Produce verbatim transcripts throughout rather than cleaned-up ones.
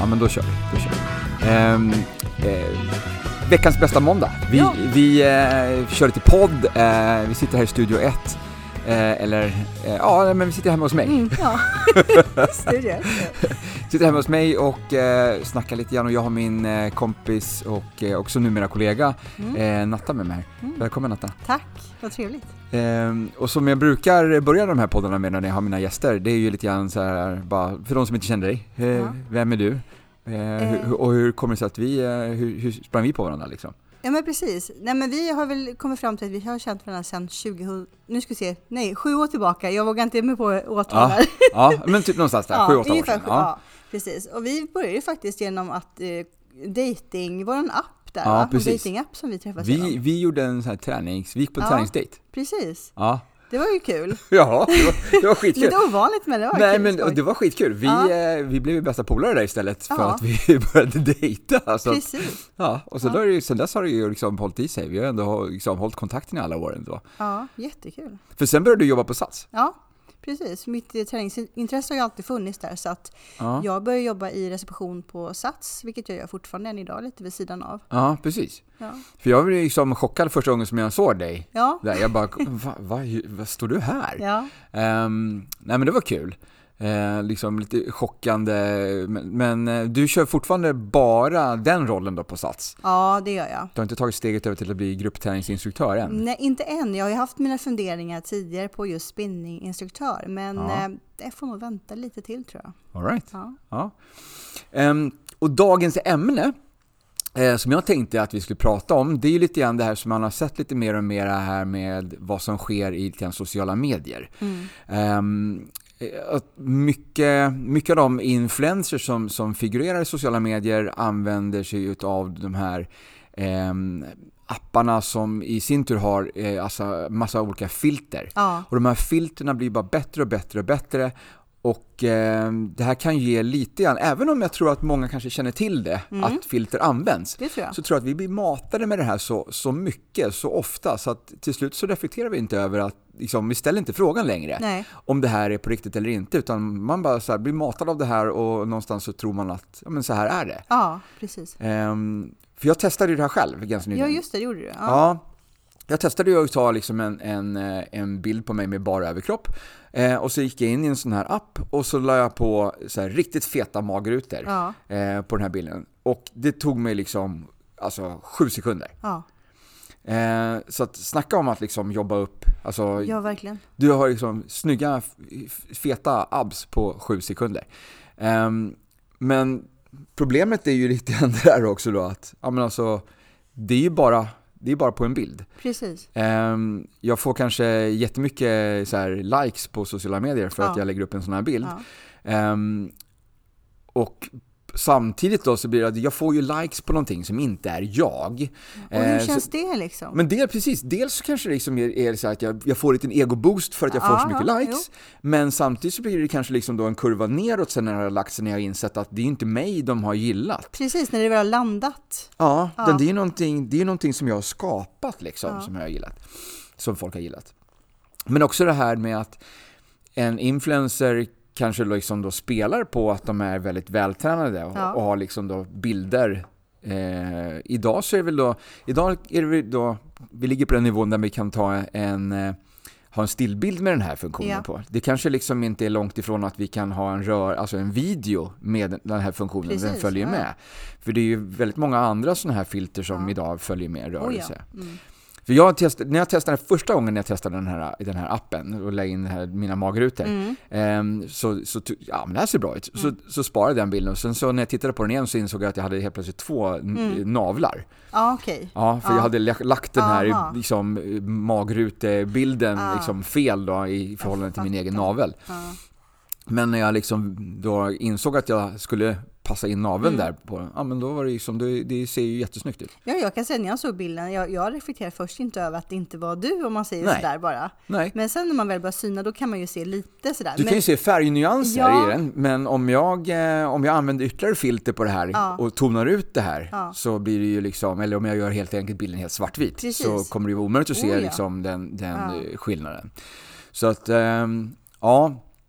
Ja, men då kör vi. Då kör vi. Ehm, eh, veckans bästa måndag. Vi, ja. vi eh, kör lite podd. Eh, vi sitter här i Studio ett. Eh, eller, eh, ja, men vi sitter hemma hos mig. Mm, ja. Studio ett. Sitter hemma hos mig och eh, snackar lite grann. Och jag har min eh, kompis och eh, också numera kollega mm. eh, Natta med mig. Mm. Välkommen Natta. Tack, vad trevligt. Eh, och som jag brukar börja de här poddarna med när jag har mina gäster, det är ju lite grann så här, bara, för de som inte känner dig, eh, ja. Vem är du? Eh, eh. Hur, och hur kommer det sig att vi, eh, hur, hur sprang vi på varandra liksom? Ja men precis. Nej men vi har väl kommit fram till att vi har känt varandra sedan tjugo, nu ska vi se, nej sju år tillbaka. Jag vågar inte med på årtal här. Ja, ja, men typ någonstans där, ja, sju, åtta år sedan. Ja. ja, precis. Och vi började faktiskt genom att eh, dating, vår app där, ja, en datingapp som vi träffades vi, genom. vi gjorde en sån här tränings, vi gick på en ja, träningsdate. Precis. Ja. Det var ju kul. Ja, det var, det var skitkul. Lite ovanligt men det var Nej, kul. men det var skitkul. Vi, ja. eh, vi blev ju bästa polare där istället för ja. att vi började dejta. Alltså. Precis. Ja, och så ja. Då, sen dess har det ju liksom hållit i sig. Vi har ändå liksom hållit kontakten i alla år ändå. Ja, jättekul. För sen började du jobba på Sats. Ja, precis. Mitt träningsintresse har ju alltid funnits där så att ja. jag började jobba i reception på Sats, vilket jag gör fortfarande än idag, lite vid sidan av. Ja, precis. Ja. För jag blev liksom chockad första gången som jag såg dig. Ja. Där. Jag bara, vad va, va, står du här? Ja. Um, nej men det var kul. Eh, liksom lite chockande, men, men du kör fortfarande bara den rollen då på Sats? Ja, det gör jag. Du har inte tagit steget över till att bli gruppträningsinstruktör än? Nej, inte än. Jag har ju haft mina funderingar tidigare på just spinninginstruktör, men ja. eh, det får nog vänta lite till tror jag. All right. Ja. Ja. Um, och dagens ämne eh, som jag tänkte att vi skulle prata om, det är ju lite grann det här som man har sett lite mer och mer här med vad som sker i till sociala medier. Mm. Um, Att mycket, mycket av de influencers som, som figurerar i sociala medier använder sig av de här eh, apparna som i sin tur har eh, alltså massa olika filter. Ja. Och de här filterna blir bara bättre och bättre och bättre. Och eh, det här kan ge lite grann, även om jag tror att många kanske känner till det, mm. att filter används, det tror jag. så tror jag att vi blir matade med det här så, så mycket, så ofta, så att till slut så reflekterar vi inte över att, liksom, vi ställer inte frågan längre. Nej. Om det här är på riktigt eller inte, utan man bara så här blir matad av det här och någonstans så tror man att ja, men så här är det. Ja, precis. Um, för jag testade ju det här själv ganska nyligen. Ja, just det, det gjorde du. Ja. ja. Jag testade ju att ta liksom en, en, en bild på mig med bara överkropp. Eh, och så gick jag in i en sån här app och så la jag på så här riktigt feta magrutor ja. eh, på den här bilden. Och det tog mig liksom alltså, sju sekunder. Ja. Eh, så att snacka om att liksom jobba upp. Alltså, ja, verkligen. Du har liksom snygga, feta abs på sju sekunder. Eh, men problemet är ju lite grann det där också då att ja, men alltså, det är ju bara... Det är bara på en bild. Precis. Um, jag får kanske jättemycket så här, likes på sociala medier för ja. att jag lägger upp en sån här bild. Ja. Um, och samtidigt då så blir det att jag får ju likes på någonting som inte är jag. Och hur uh, känns så, det liksom? Men det, precis, dels så kanske det liksom är, är så att jag, jag får lite en ego-boost för att jag ja, får så mycket ja, likes. Jo. Men samtidigt så blir det kanske liksom då en kurva neråt sen när jag har lagt sig, när jag har insett att det är inte mig de har gillat. Precis, när det väl har landat. Ja, ja. Den, det, är någonting, det är någonting som jag har skapat liksom, ja. som jag har gillat. Som folk har gillat. Men också det här med att en influencer kanske liksom då spelar på att de är väldigt vältränade och, ja. och har liksom då bilder. Eh, idag så är det väl då, idag är det väl då, vi ligger på den nivån där vi kan ta en, eh, ha en stillbild med den här funktionen ja. på. Det kanske liksom inte är långt ifrån att vi kan ha en rör, alltså en video med den här funktionen. Precis, den följer ja. med. För det är ju väldigt många andra sådana här filter som ja. idag följer med rörelse. Oh ja. mm. För jag testade, när jag testade första gången när jag testade den här, den här appen och lägger in här, mina magrutor mm. eh, så, så ja, men det här ser bra ut. Mm. Så, så sparade jag den bilden och sen så när jag tittade på den igen så insåg jag att jag hade helt plötsligt två mm. navlar. Ah, okay. Ja, för ah. jag hade lagt den här Aha. liksom, magrutebilden ah. liksom, fel då, i förhållande till min egen navel. Ah. Men när jag liksom då insåg att jag skulle passa in naveln mm. där på, ja men då var det ju som det, det ser ju jättesnyggt ut. Ja, jag kan säga när jag såg bilden, jag, jag reflekterar först inte över att det inte var du, om man säger Nej. sådär bara. Nej. Men sen när man väl börjar syna, då kan man ju se lite sådär. Du men, kan ju se färgnyanser ja. i den, men om jag, eh, om jag använder ytterligare filter på det här ja. och tonar ut det här ja. så blir det ju liksom, eller om jag gör helt enkelt bilden helt svartvit Precis. så kommer det ju vara omöjligt att se oh, ja. liksom den, den ja. skillnaden. Så att, eh, ja.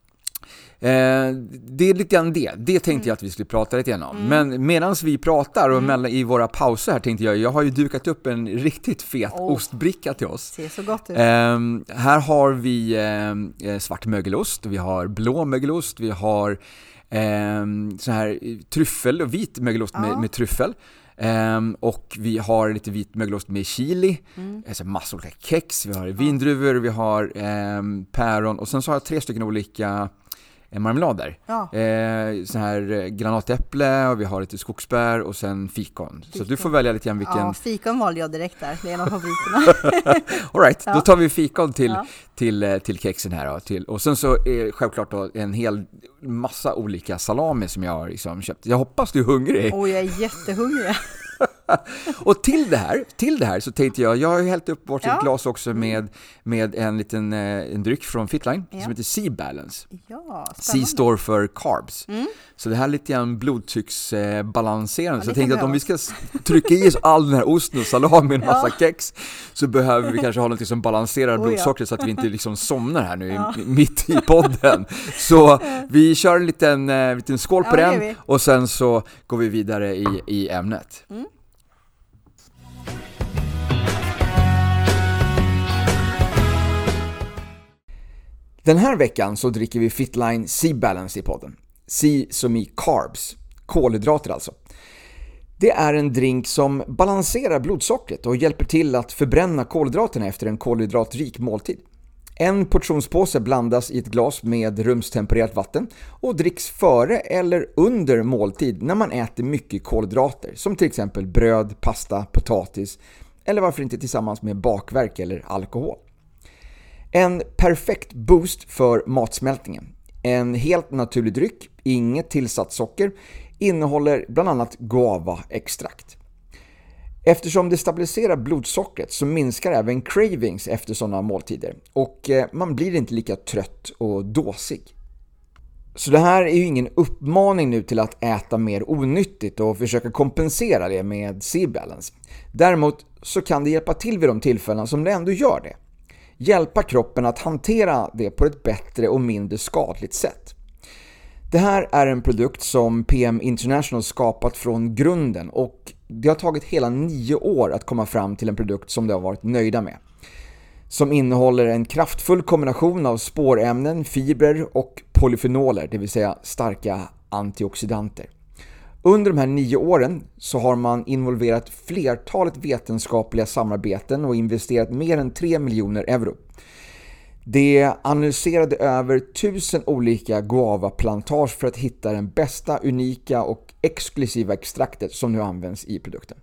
Eh, det är lite grann det. Det tänkte mm. jag att vi skulle prata lite grann om. Mm. Men medan vi pratar och mm. i våra pauser här tänkte jag, jag har ju dukat upp en riktigt fet oh. ostbricka till oss. Ser så gott ut. Eh, här har vi eh, svart mögelost, vi har blå mögelost, vi har eh, så här tryffel och vit mögelost ja. med, med tryffel. Um, och vi har lite vit mögelost med chili, mm. alltså massor olika kex, vi har vindruvor, vi har um, päron och sen så har jag tre stycken olika eh, marmelader. Ja. Eh, så här granatäpple och vi har lite skogsbär och sen fikon. fikon. Så du får välja lite grann vilken... Ja, fikon valde jag direkt där. Det är en av favoriterna. All right, ja. Då tar vi fikon till, ja. till, till, till kexen här. Då, till, och sen så är självklart då en hel massa olika salami som jag har liksom köpt. Jag hoppas du är hungrig. Åh, oh, jag är jättehungrig. Och till det här, till det här så tänkte jag, jag har ju hällt upp vårt ja. glas också med, med en liten en dryck från Fitline ja. som heter C-Balance. Ja, C står för carbs. Mm. Så det här är lite grann blodtrycksbalanserande. Ja, så jag tänkte att om vi ska trycka i oss all den här osten och salami med en massa ja. kex så behöver vi kanske ha något som balanserar oh, blodsockret ja. så att vi inte liksom somnar här nu ja. mitt i podden. Så vi kör en liten, en liten skål på ja, den och sen så går vi vidare i, i ämnet. Mm. Den här veckan så dricker vi Fitline C-Balance i podden. C som i carbs, kolhydrater alltså. Det är en drink som balanserar blodsockret och hjälper till att förbränna kolhydraterna efter en kolhydratrik måltid. En portionspåse blandas i ett glas med rumstempererat vatten och dricks före eller under måltid när man äter mycket kolhydrater som till exempel bröd, pasta, potatis eller varför inte tillsammans med bakverk eller alkohol. En perfekt boost för matsmältningen. En helt naturlig dryck, inget tillsatt socker, innehåller bland annat guava-extrakt. Eftersom det stabiliserar blodsockret så minskar även cravings efter sådana måltider och man blir inte lika trött och dåsig. Så det här är ju ingen uppmaning nu till att äta mer onyttigt och försöka kompensera det med C-Balance. Däremot så kan det hjälpa till vid de tillfällen som det ändå gör det. Hjälpa kroppen att hantera det på ett bättre och mindre skadligt sätt. Det här är en produkt som P M International skapat från grunden och det har tagit hela nio år att komma fram till en produkt som de har varit nöjda med. Som innehåller en kraftfull kombination av spårämnen, fibrer och polyfenoler, det vill säga starka antioxidanter. Under de här nio åren så har man involverat flertalet vetenskapliga samarbeten och investerat mer än tre miljoner euro. Det analyserade över tusen olika guava-plantage för att hitta den bästa, unika och exklusiva extraktet som nu används i produkten.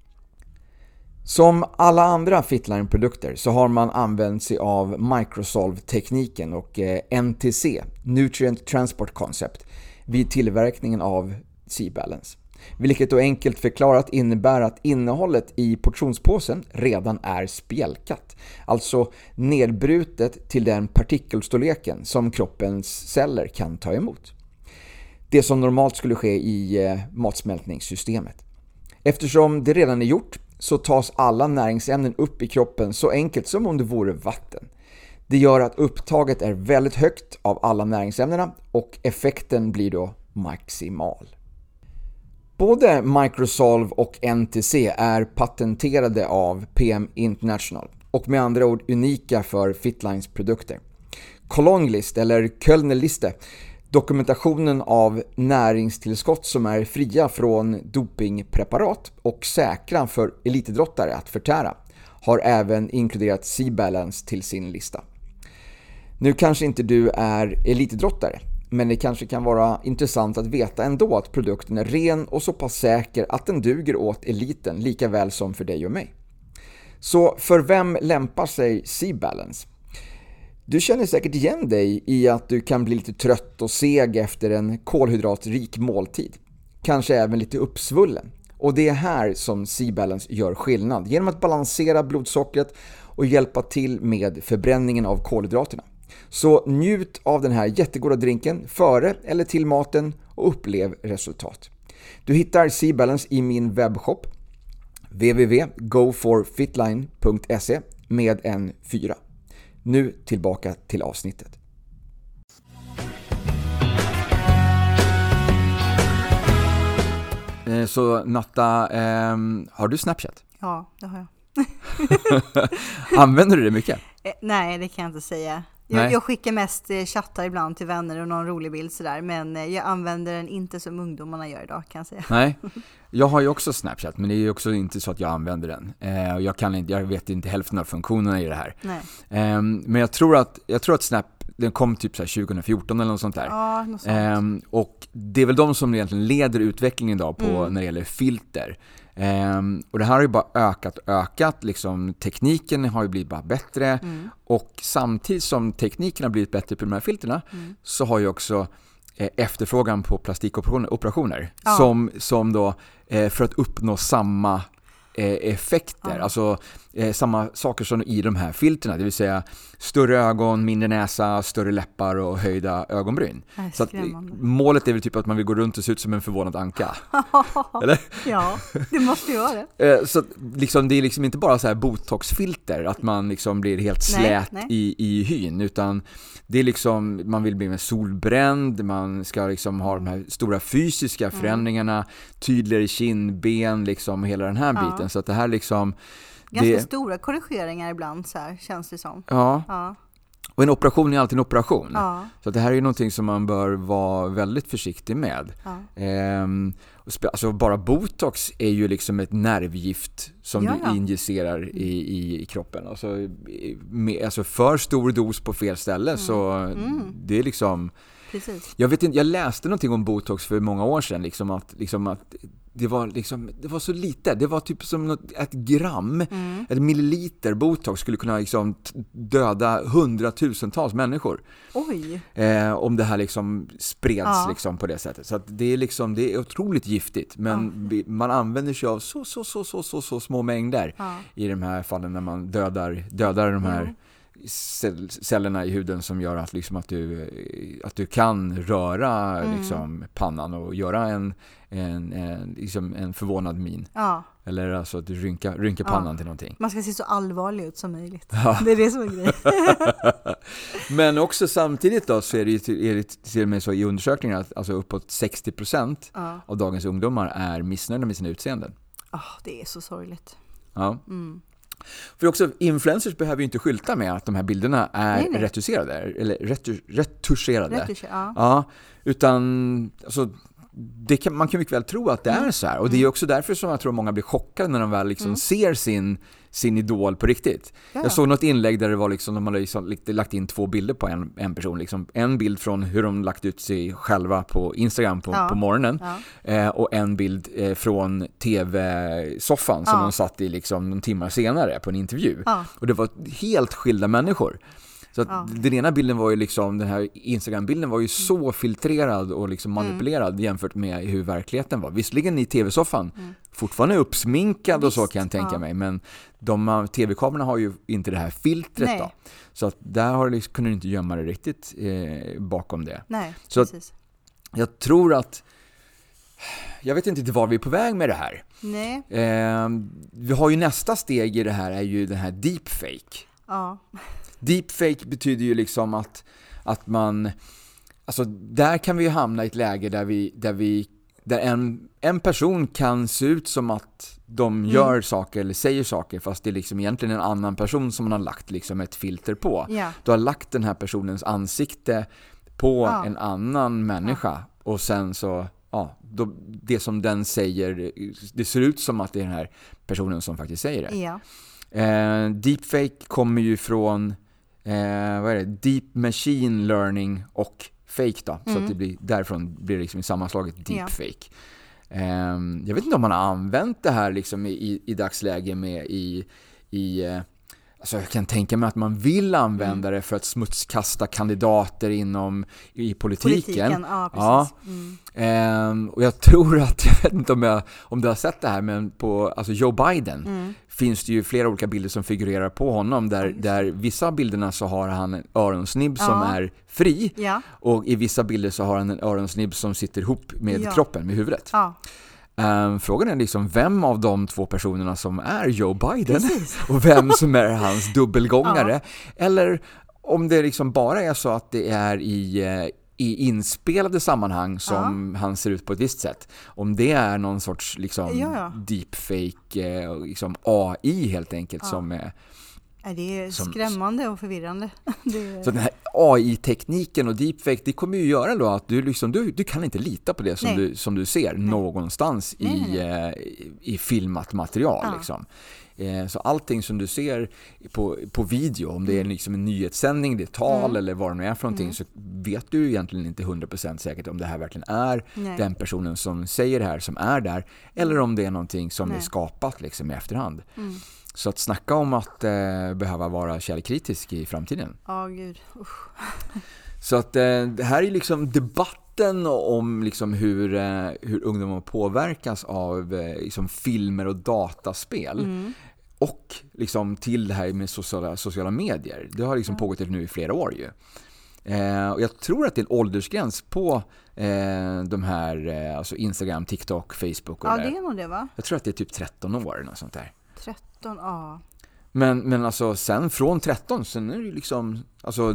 Som alla andra Fitline-produkter så har man använt sig av Microsolve-tekniken och N T C, Nutrient Transport Concept, vid tillverkningen av C-Balance. Vilket då enkelt förklarat innebär att innehållet i portionspåsen redan är spjälkat. Alltså nedbrutet till den partikelstorleken som kroppens celler kan ta emot. Det som normalt skulle ske i eh, matsmältningssystemet. Eftersom det redan är gjort så tas alla näringsämnen upp i kroppen så enkelt som om det vore vatten. Det gör att upptaget är väldigt högt av alla näringsämnena och effekten blir då maximal. Både Microsolve och N T C är patenterade av P M International och med andra ord unika för Fitlines produkter. Kolonglist eller Kölnerliste, dokumentationen av näringstillskott som är fria från dopingpreparat och säkra för elitidrottare att förtära, har även inkluderat C-Balance till sin lista. Nu kanske inte du är elitidrottare, men det kanske kan vara intressant att veta ändå att produkten är ren och så pass säker att den duger åt eliten lika väl som för dig och mig. Så för vem lämpar sig C-Balance? Du känner säkert igen dig i att du kan bli lite trött och seg efter en kolhydratrik måltid. Kanske även lite uppsvullen. Och det är här som C-Balance gör skillnad genom att balansera blodsockret och hjälpa till med förbränningen av kolhydraterna. Så njut av den här jättegoda drinken före eller till maten och upplev resultat. Du hittar C-Balance i min webbshop w w w punkt go for fitline punkt se med en fyra. Nu tillbaka till avsnittet. Eh, så Natta, eh, har du Snapchat? Ja, det har jag. Använder du det mycket? Eh, nej, det kan jag inte säga. Jag, jag skickar mest eh, chattar ibland till vänner och någon rolig bild sådär. Men eh, jag använder den inte som ungdomarna gör idag, kan jag säga. Nej, jag har ju också Snapchat, men det är ju också inte så att jag använder den. Eh, jag, kan inte, jag vet inte hälften av funktionerna i det här. Nej. Eh, men jag tror att, jag tror att Snap, den kom typ så här tjugo fjorton eller något sånt där. Ja, något sånt. Eh, och det är väl de som egentligen leder utvecklingen idag på mm. när det gäller filter. Um, och det här har ju bara ökat och ökat, liksom, tekniken har ju blivit bara bättre mm. och samtidigt som tekniken har blivit bättre på de här filterna mm. så har ju också eh, efterfrågan på plastikoperationer operationer, ja. som, som då eh, för att uppnå samma eh, effekter, ja. alltså eh, samma saker som i de här filterna, det vill säga större ögon, mindre näsa, större läppar och höjda ögonbryn. Så att, målet är väl typ att man vill gå runt och se ut som en förvånad anka. Eller? Ja, det måste ju vara det. Så liksom, det är liksom inte bara så här botoxfilter, att man liksom blir helt slät nej, nej. I, i hyn, utan det är liksom, man vill bli mer solbränd, man ska liksom ha de här stora fysiska förändringarna, mm. tydligare kindben, liksom hela den här biten. Ja. Så att det här liksom ganska det, stora korrigeringar ibland så här, känns det som. Ja. ja. Och en operation är alltid en operation. Ja. Så att det här är ju någonting som man bör vara väldigt försiktig med. Ja. Ehm, alltså bara botox är ju liksom ett nervgift som ja, ja. du injicerar i, i, i kroppen. Alltså, med, alltså för stor dos på fel ställe mm. så mm. det är liksom... Precis. Jag vet inte, jag läste någonting om botox för många år sedan, liksom att, liksom att det var liksom, det var så lite, det var typ som något, ett gram, mm. ett milliliter botox skulle kunna liksom döda hundratusentals människor. Oj. Eh, om det här liksom spreds ja. liksom på det sättet. Så att det är liksom, det är otroligt giftigt, men ja. man använder sig av så så så så så, så små mängder ja. i de här fallen när man dödar dödar de här mm. cellerna i huden som gör att, liksom att, du, att du kan röra mm. liksom, pannan och göra en, en, en, liksom en förvånad min. Ja. Eller alltså att du rynkar, rynkar pannan ja. till någonting. Man ska se så allvarlig ut som möjligt. Ja. Det är det som är grejen. Men också samtidigt då så är det, är det till och med så i undersökningar att alltså uppåt sextio procent ja. av dagens ungdomar är missnöjda med sina utseenden. Oh, det är så sorgligt. Ja. Mm. För också influencers behöver ju inte skylta med att de här bilderna är nej, nej. retuscherade eller retu- retuscherade. Retuscher, ja. Ja, utan alltså, det kan, man kan mycket väl tro att det mm. är så här. Och det är också därför som jag tror många blir chockade när de väl liksom mm. ser sin, sin idol på riktigt. Ja. Jag såg något inlägg där det var liksom, de hade liksom lagt in två bilder på en, en person. Liksom. En bild från hur de lagt ut sig själva på Instagram på, ja. på morgonen. Ja. Eh, och en bild eh, från tv-soffan som ja. de satt i liksom, någon timmar senare på en intervju. Ja. Och det var helt skilda människor. Så att ja. den ena bilden var ju liksom, den här Instagram-bilden var ju så filtrerad och liksom manipulerad mm. jämfört med hur verkligheten var. Visserligen i tv-soffan, mm. fortfarande uppsminkad Visst, och så kan jag tänka ja. mig, men de tv-kamerorna har ju inte det här filtret Nej. då. Så att där har liksom, kunde du inte gömma det riktigt eh, bakom det. Nej, så precis. Att, jag tror att jag vet inte var vi är på väg med det här. Nej. Eh, vi har ju nästa steg i det här är ju den här deepfake. Ja. Deepfake betyder ju liksom att, att man, alltså där kan vi ju hamna i ett läge där vi, där vi där en, en person kan se ut som att de mm. gör saker eller säger saker fast det är liksom egentligen en annan person som man har lagt liksom ett filter på. Yeah. Du har lagt den här personens ansikte på ja. en annan människa ja. och sen så ja, då, det som den säger, det ser ut som att det är den här personen som faktiskt säger det. Yeah. Eh, deepfake kommer ju från eh, vad är det? Deep Machine Learning och fake då. Mm. Så att det blir, därifrån blir det liksom sammanslaget deepfake. Ja. Eh, jag vet inte om man har använt det här liksom i, i, i dagsläge med i, i eh, alltså jag kan tänka mig att man vill använda mm. det för att smutskasta kandidater inom i politiken. Politiken, ja, precis. Ja. Mm. Ehm, och jag tror att, jag vet inte om, jag, om du har sett det här, men på alltså Joe Biden mm. finns det ju flera olika bilder som figurerar på honom. Där, ja, där vissa av bilderna så har han en öronsnibb ja. som är fri. Ja. Och i vissa bilder så har han en öronsnibb som sitter ihop med ja. kroppen, med huvudet. Ja. Um, frågan är liksom vem av de två personerna som är Joe Biden och vem som är hans dubbelgångare. Ja. Eller om det liksom bara är så att det är i, i inspelade sammanhang som ja. han ser ut på ett visst sätt. Om det är någon sorts liksom ja, ja. deepfake, eh, liksom A I helt enkelt ja. som är... Det är skrämmande som, och förvirrande. Det... Så den här A I-tekniken och deepfake, det kommer ju göra då att du, liksom, du, du kan inte lita på det som, du, som du ser nej. någonstans nej, i, nej, nej. Eh, i filmat material. Ja. Liksom. Eh, så allting som du ser på, på video, om det är liksom en nyhetssändning, det är tal mm. eller vad det nu är för någonting, mm. så vet du egentligen inte hundra procent säkert om det här verkligen är nej. den personen som säger det här som är där, eller om det är någonting som nej. är skapat liksom, i efterhand. Mm. Så att snacka om att eh, behöva vara källkritisk i framtiden. Ja, oh, gud. Usch. Så att eh, det här är liksom debatten om liksom hur, eh, hur ungdomar påverkas av eh, liksom filmer och dataspel. Mm. Och liksom till det här med sociala, sociala medier. Det har liksom ja. pågått nu i flera år ju. Eh, och jag tror att det är en åldersgräns på eh, de här eh, alltså Instagram, TikTok, Facebook och ja, det där. det är nog det, va? Jag tror att det är typ tretton år eller något sånt där. tretton, ja. Men, men alltså sen från tretton, sen är det ju liksom alltså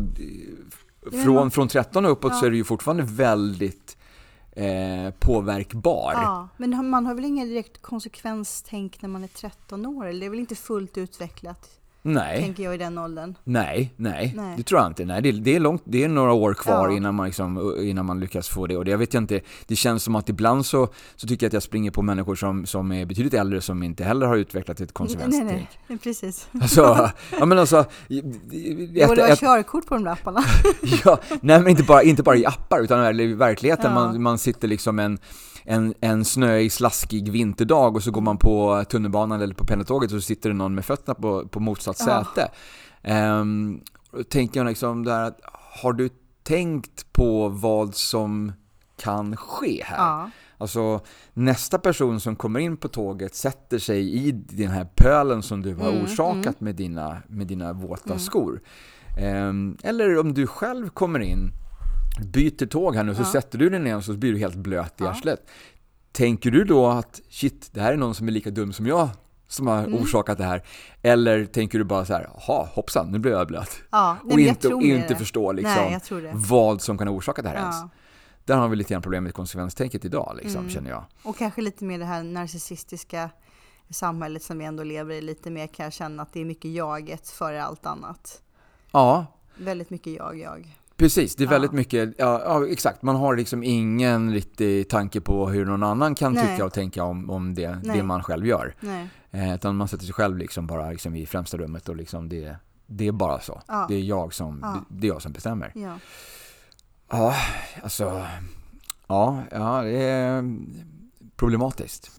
från, från tretton och uppåt ja. så är det ju fortfarande väldigt eh, påverkbar. Ja, men man har väl ingen direkt konsekvenstänk när man är tretton år? Eller det är väl inte fullt utvecklat? Nej. Tänker jag i den åldern. Nej, nej, nej. Det tror jag inte. Nej, det, det är långt, det är några år kvar ja. innan man liksom, innan man lyckas få det. Och det jag vet jag inte. Det känns som att ibland så så tycker jag att jag springer på människor som som är betydligt äldre som inte heller har utvecklat ett konsekvenstänk. Nej, nej, nej. Precis. Alltså, ja men alltså det borde vara körkort på de där apparna. Ja, nej men inte bara inte bara i appar utan i verkligheten ja. man man sitter liksom en En, en snöig, slaskig vinterdag och så går man på tunnelbanan eller på pendeltåget och så sitter det någon med fötterna på, på motsatt säte. Ja. Um, tänker jag liksom där att, har du tänkt på vad som kan ske här? Ja. Alltså nästa person som kommer in på tåget sätter sig i den här pölen som du har mm, orsakat mm. med dina, med dina våta mm. skor. Um, eller om du själv kommer in, byter tåg här nu, så ja. sätter du den ner och så blir du helt blöt i ja. arslet. Tänker du då att shit, det här är någon som är lika dum som jag som har mm. orsakat det här? Eller tänker du bara så här, jaha, hoppsan, nu blir jag blöt. Ja, och inte, och inte förstå liksom, nej, vad som kan orsaka det här ja. ens. Där har vi lite grann problem med konsekvenstänket idag, liksom, mm. känner jag. Och kanske lite mer det här narcissistiska samhället som vi ändå lever i. Lite mer kan jag känna att det är mycket jaget före allt annat. Ja. Väldigt mycket jag, jag. Precis, det är väldigt ja. mycket, ja, ja exakt, man har liksom ingen riktig tanke på hur någon annan kan Nej. tycka och tänka om, om det, det man själv gör. Nej. Eh, utan man sätter sig själv liksom bara liksom i främsta rummet och liksom det, det är bara så. Ja. Det är jag som, ja. det, det är jag som bestämmer. Ja, ja alltså, ja, ja, det är problematiskt.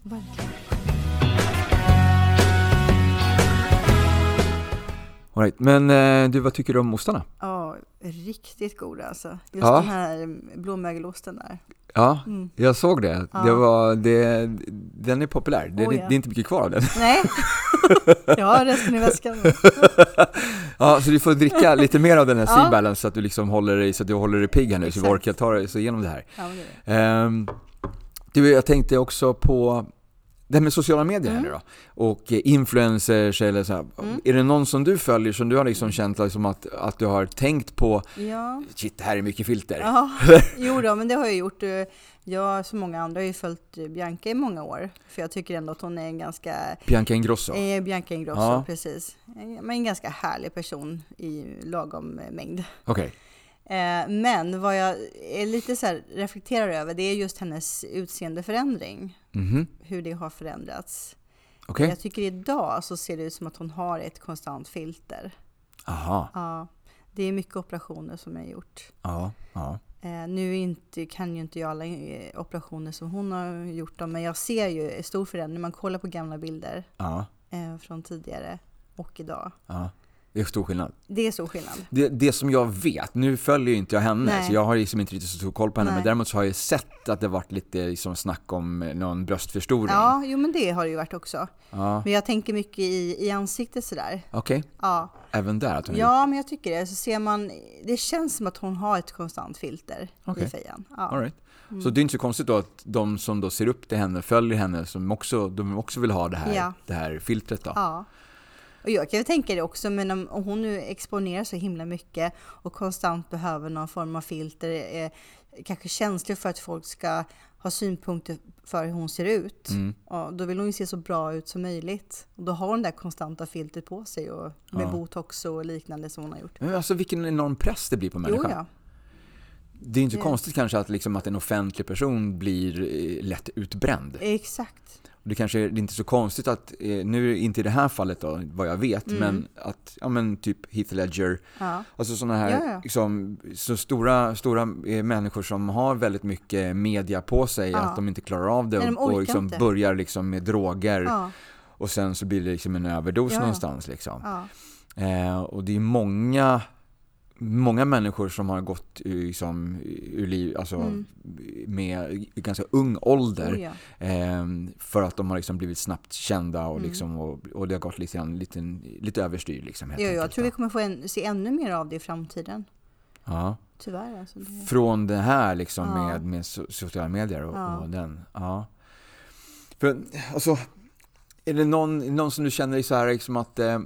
All right. Men eh, du, vad tycker du om ostarna? Ja, riktigt goda alltså. Just ja. den här blåmögelosten där. Ja, mm. jag såg det. Ja. det, var, det den är populär. Det, oh, ja. det är inte mycket kvar av den. Nej, ja, resten i väskan. Ja, så du får dricka lite mer av den här ja. Sea Balance så att du liksom håller dig, så att du håller dig pigg här nu. Exakt. Så vi orkar ta dig så igenom det här. Ja, det är det. Um, du, jag tänkte också på det här med sociala medier mm. här nu då. Och influencers eller så här. Mm. Är det någon som du följer som du har liksom känt liksom att, att du har tänkt på ja. shit, det här är mycket filter? Ja, jo då, men det har jag gjort. Jag som många andra har ju följt Bianca i många år. För jag tycker ändå att hon är en ganska... Bianca Ingrosso. Eh, Bianca Ingrosso, ja. precis. Men en ganska härlig person i lagom mängd. Okej. Okay. Men vad jag är lite så här reflekterar över, det är just hennes utseendeförändring. Mm-hmm. Hur det har förändrats. Okay. Jag tycker idag så ser det ut som att hon har ett konstant filter. Aha. Ja, det är mycket operationer som är gjort. Ja, ja. Nu inte, kan ju inte jag alla operationer som hon har gjort dem, men jag ser ju stor förändring. Man kollar på gamla bilder ja. från tidigare och idag. Ja. Det är stor skillnad. Det är stor skillnad. Det, det som jag vet, nu följer ju inte jag henne, Nej. så jag har liksom inte riktigt så stor koll på henne, Nej. men däremot så har jag sett att det varit lite liksom snack om någon bröstförstoring. Ja, jo men det har det ju varit också. Ja. Men jag tänker mycket i, i ansiktet sådär. Okej. Okay. Ja. Även där att hon Ja, gjort. men jag tycker det. Så ser man, det känns som att hon har ett konstant filter okay. i fejan. Ja. All right. Mm. Så det är inte så konstigt då att de som då ser upp till henne, följer henne, som också, de också vill ha det här, ja. det här filtret då. Ja. Och jag kan ju tänka det också, men om, om hon nu exponerar så himla mycket och konstant behöver någon form av filter, är kanske känslig för att folk ska ha synpunkter för hur hon ser ut. Mm. Ja, då vill hon ju se så bra ut som möjligt. Och då har hon det konstanta filtret på sig och med ja. botox och liknande som hon har gjort. Men alltså vilken enorm press det blir på människan. Jo, ja. Det är inte så det. konstigt kanske att, liksom, att en offentlig person blir lätt utbränd. Exakt. Det kanske är, det är inte så konstigt att, nu är det inte i det här fallet då, vad jag vet, mm. men att, ja men typ Heath Ledger, ja. alltså sådana här, ja, ja. Liksom, så stora, stora människor som har väldigt mycket media på sig, ja. att de inte klarar av det. Nej, de och liksom börjar liksom med droger, ja. och sen så blir det liksom en överdos ja. någonstans liksom. Ja. Eh, och det är många många människor som har gått liksom, ur liv, alltså mm. med ganska ung ålder oh, ja. eh, för att de har liksom blivit snabbt kända och, mm. liksom, och, och det har gått lite, lite, lite överstyr. Liksom, ja, jag tror vi kommer få en, se ännu mer av det i framtiden. Ja. Tyvärr. Alltså det... Från det här liksom, ja. med, med sociala medier och, ja. och den. Ja. För, alltså, är det någon, någon som du känner så här liksom att eh,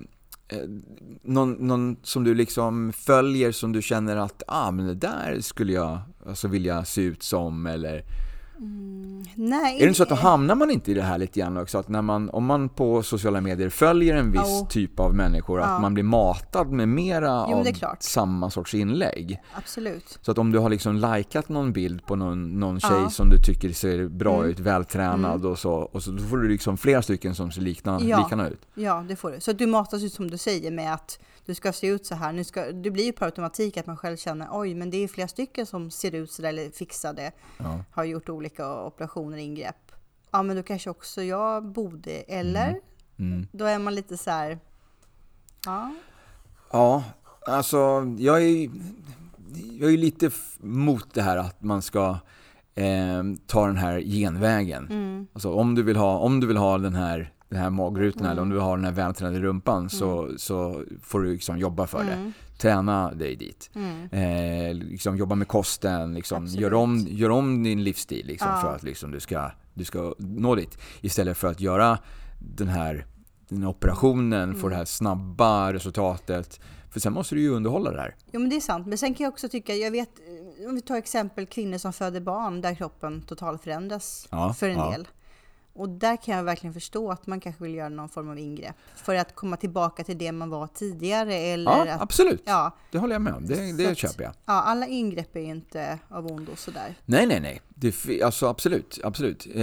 Någon, någon som du liksom följer som du känner att ah, men det där skulle jag alltså vilja se ut som eller mm, nej. Är det inte så att då hamnar man inte i det här lite grann också att när man, om man på sociala medier följer en viss oh. typ av människor ja. att man blir matad med mera jo, av samma sorts inlägg. Absolut. Så att om du har liksom likat någon bild på någon, någon tjej ja. som du tycker ser bra mm. ut, vältränad mm. och så och så då får du liksom flera stycken som ser likna, ja. likana ut. Ja, det får du. Så att du matas ut som du säger med att du ska se ut så här. Nu ska, det blir ju på automatik att man själv känner oj, men det är flera stycken som ser ut så där eller fixade. Ja. Har gjort olika operationer, ingrepp. Ja, men då kanske också jag borde. Eller? Mm. Mm. Då är man lite så här. Ja. Ja, alltså jag är, jag är lite mot det här att man ska eh, ta den här genvägen. Mm. Alltså om du vill ha, om du vill ha den här den här magrutan mm. eller om du har den här vältränade rumpan mm. så, så får du liksom jobba för mm. det. Träna dig dit. Mm. Eh, liksom jobba med kosten. Liksom. Gör, om, gör om din livsstil liksom, ja. för att liksom, du, ska, du ska nå dit. Istället för att göra den här, den här operationen mm. för det här snabba resultatet. För sen måste du ju underhålla det här. Jo, men det är sant. Men sen kan jag också tycka, jag vet, om vi tar exempel kvinnor som föder barn där kroppen totalt förändras ja, för en ja. del. Och där kan jag verkligen förstå att man kanske vill göra någon form av ingrepp för att komma tillbaka till det man var tidigare. Eller ja, att, absolut. Ja. Det håller jag med om. Det, det köper jag. Ja, alla ingrepp är inte av ondo sådär. Nej, nej, nej. Det, alltså absolut, absolut. Eh,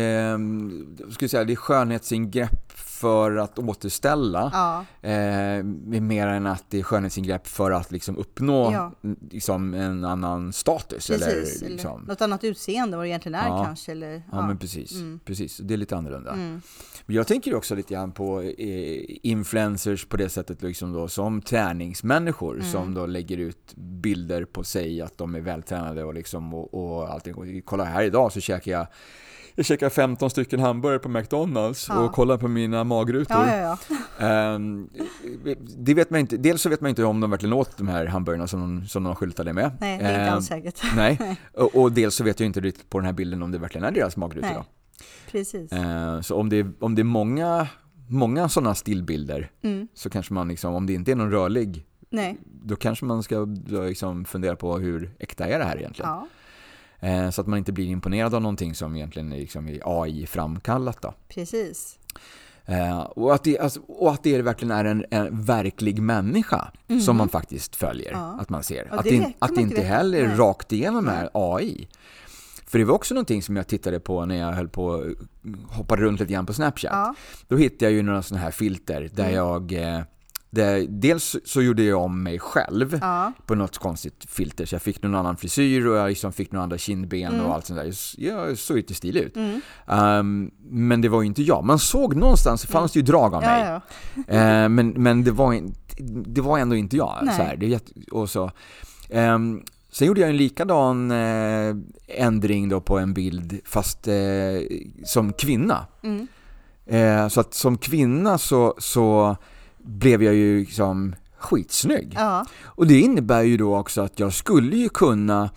jag skulle säga det är skönhetsingrepp för att återställa ja. eh, mer än att det är skönhetsingrepp för att liksom uppnå ja. liksom en annan status. Precis, eller, liksom. eller något annat utseende vad det egentligen är ja. kanske. Eller, ja. ja, men precis. Mm. precis. Det är lite annorlunda. Mm. Men jag tänker också lite grann på eh, influencers på det sättet liksom då, som träningsmänniskor mm. som då lägger ut bilder på sig att de är vältränade och, liksom, och, och allting. Kolla här idag så käkar jag Jag käkar femton stycken hamburgare på McDonalds ja. och kollar på mina magrutor. Ja, ja, ja. Um, det vet man inte. Dels så vet man inte om de verkligen åt de här hamburgarna som de, som de skyltade med. Nej, det är inte alls säkert. Nej, och, och dels så vet jag inte riktigt på den här bilden om det verkligen är deras magrutor. Nej, precis. Uh, så om det, är, om det är många, många sådana stillbilder mm. så kanske man liksom, om det inte är någon rörlig, Nej. då kanske man ska liksom fundera på hur äkta är det här egentligen. Ja. Så att man inte blir imponerad av någonting som egentligen är liksom A I-framkallat. Då. Precis. Eh, och, att det, alltså, och att det verkligen är en, en verklig människa mm. som man faktiskt följer. Ja. Att man ser. Att det, att det inte heller är rakt igenom är A I. För det var också någonting som jag tittade på när jag höll på hoppade runt lite grann på Snapchat. Ja. Då hittade jag ju några sådana här filter där mm. jag... Eh, Det, dels så gjorde jag om mig själv ja. på något konstigt filter. Så jag fick någon annan frisyr och jag liksom fick några andra kindben mm. och allt sånt där. Jag såg inte stil ut. Mm. Um, men det var ju inte jag. Man såg någonstans, det fanns mm. ju drag av mig. Ja, ja. uh, men men det, var in, det var ändå inte jag. Så här. Det är jätte, och så, um, sen gjorde jag en likadan uh, ändring då på en bild fast uh, som kvinna. Mm. Uh, så att som kvinna så... så blev jag ju liksom skitsnygg. Ja. Och det innebär ju då också att jag skulle ju kunna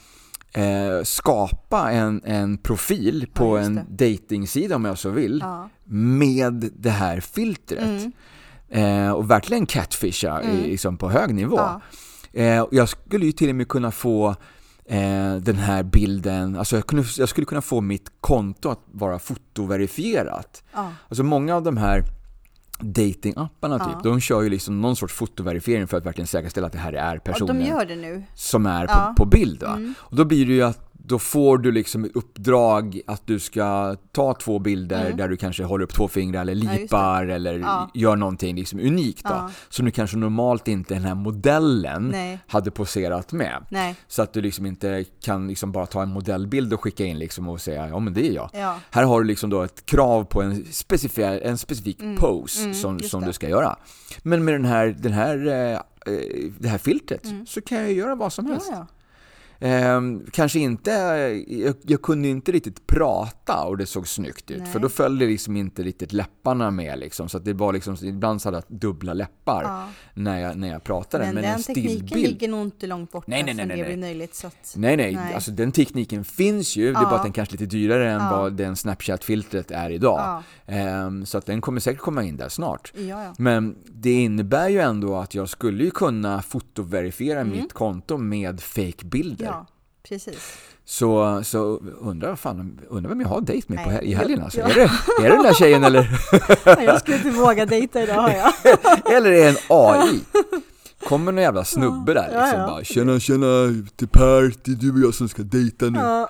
eh, skapa en, en profil på ja, en datingsida om jag så vill ja. med det här filtret. Mm. Eh, och verkligen catfisha mm. liksom på hög nivå. Ja. Eh, jag skulle ju till och med kunna få eh, den här bilden, alltså jag, kunde, jag skulle kunna få mitt konto att vara fotoverifierat. Ja. Alltså många av de här datingapparna typ, ja. de kör ju liksom någon sorts fotoverifiering för att verkligen säkerställa att det här är personen de gör det nu. som är på, ja. på bild. Va? Mm. Och då blir det ju att då får du liksom ett uppdrag att du ska ta två bilder mm. där du kanske håller upp två fingrar eller lipar ja, eller ja. gör någonting liksom unikt då, ja. som du kanske normalt inte den här modellen Nej. hade poserat med. Nej. Så att du liksom inte kan liksom bara ta en modellbild och skicka in liksom och säga ja men det är jag. Ja. Här har du liksom då ett krav på en specifik, en specifik mm. pose mm, som, som du ska göra. Men med den här, den här, eh, det här filtret mm. så kan jag göra vad som helst. Ja, ja. Eh, kanske inte jag, jag kunde inte riktigt prata och det såg snyggt ut. Nej. För då följde liksom inte riktigt läpparna med liksom, så att det var liksom ibland så hade jag dubbla läppar ja. när jag när jag pratade. Men, men den en tekniken stillbild ligger nog inte långt bort. Nej nej nej nej. Det blir möjligt, så att... nej nej nej, alltså den tekniken finns ju. Ja. Det är bara att den kanske är lite dyrare än ja. vad den Snapchat-filtret är idag. Ja. Eh, så att den kommer säkert komma in där snart. Ja, ja. Men det innebär ju ändå att jag skulle ju kunna fotoverifiera mm. mitt konto med fake-bilder. Ja, precis. Så, så undrar, fan, undrar vem jag har dejt med på, i helgen. Alltså. Ja. Är, det, är det den där tjejen eller? Jag skulle inte våga dejta idag, har jag. Eller är det en A I? Kommer någon jävla snubbe där liksom, ja, ja. bara, tjena, tjena, till Per, det är du och jag som ska dejta nu. Ja.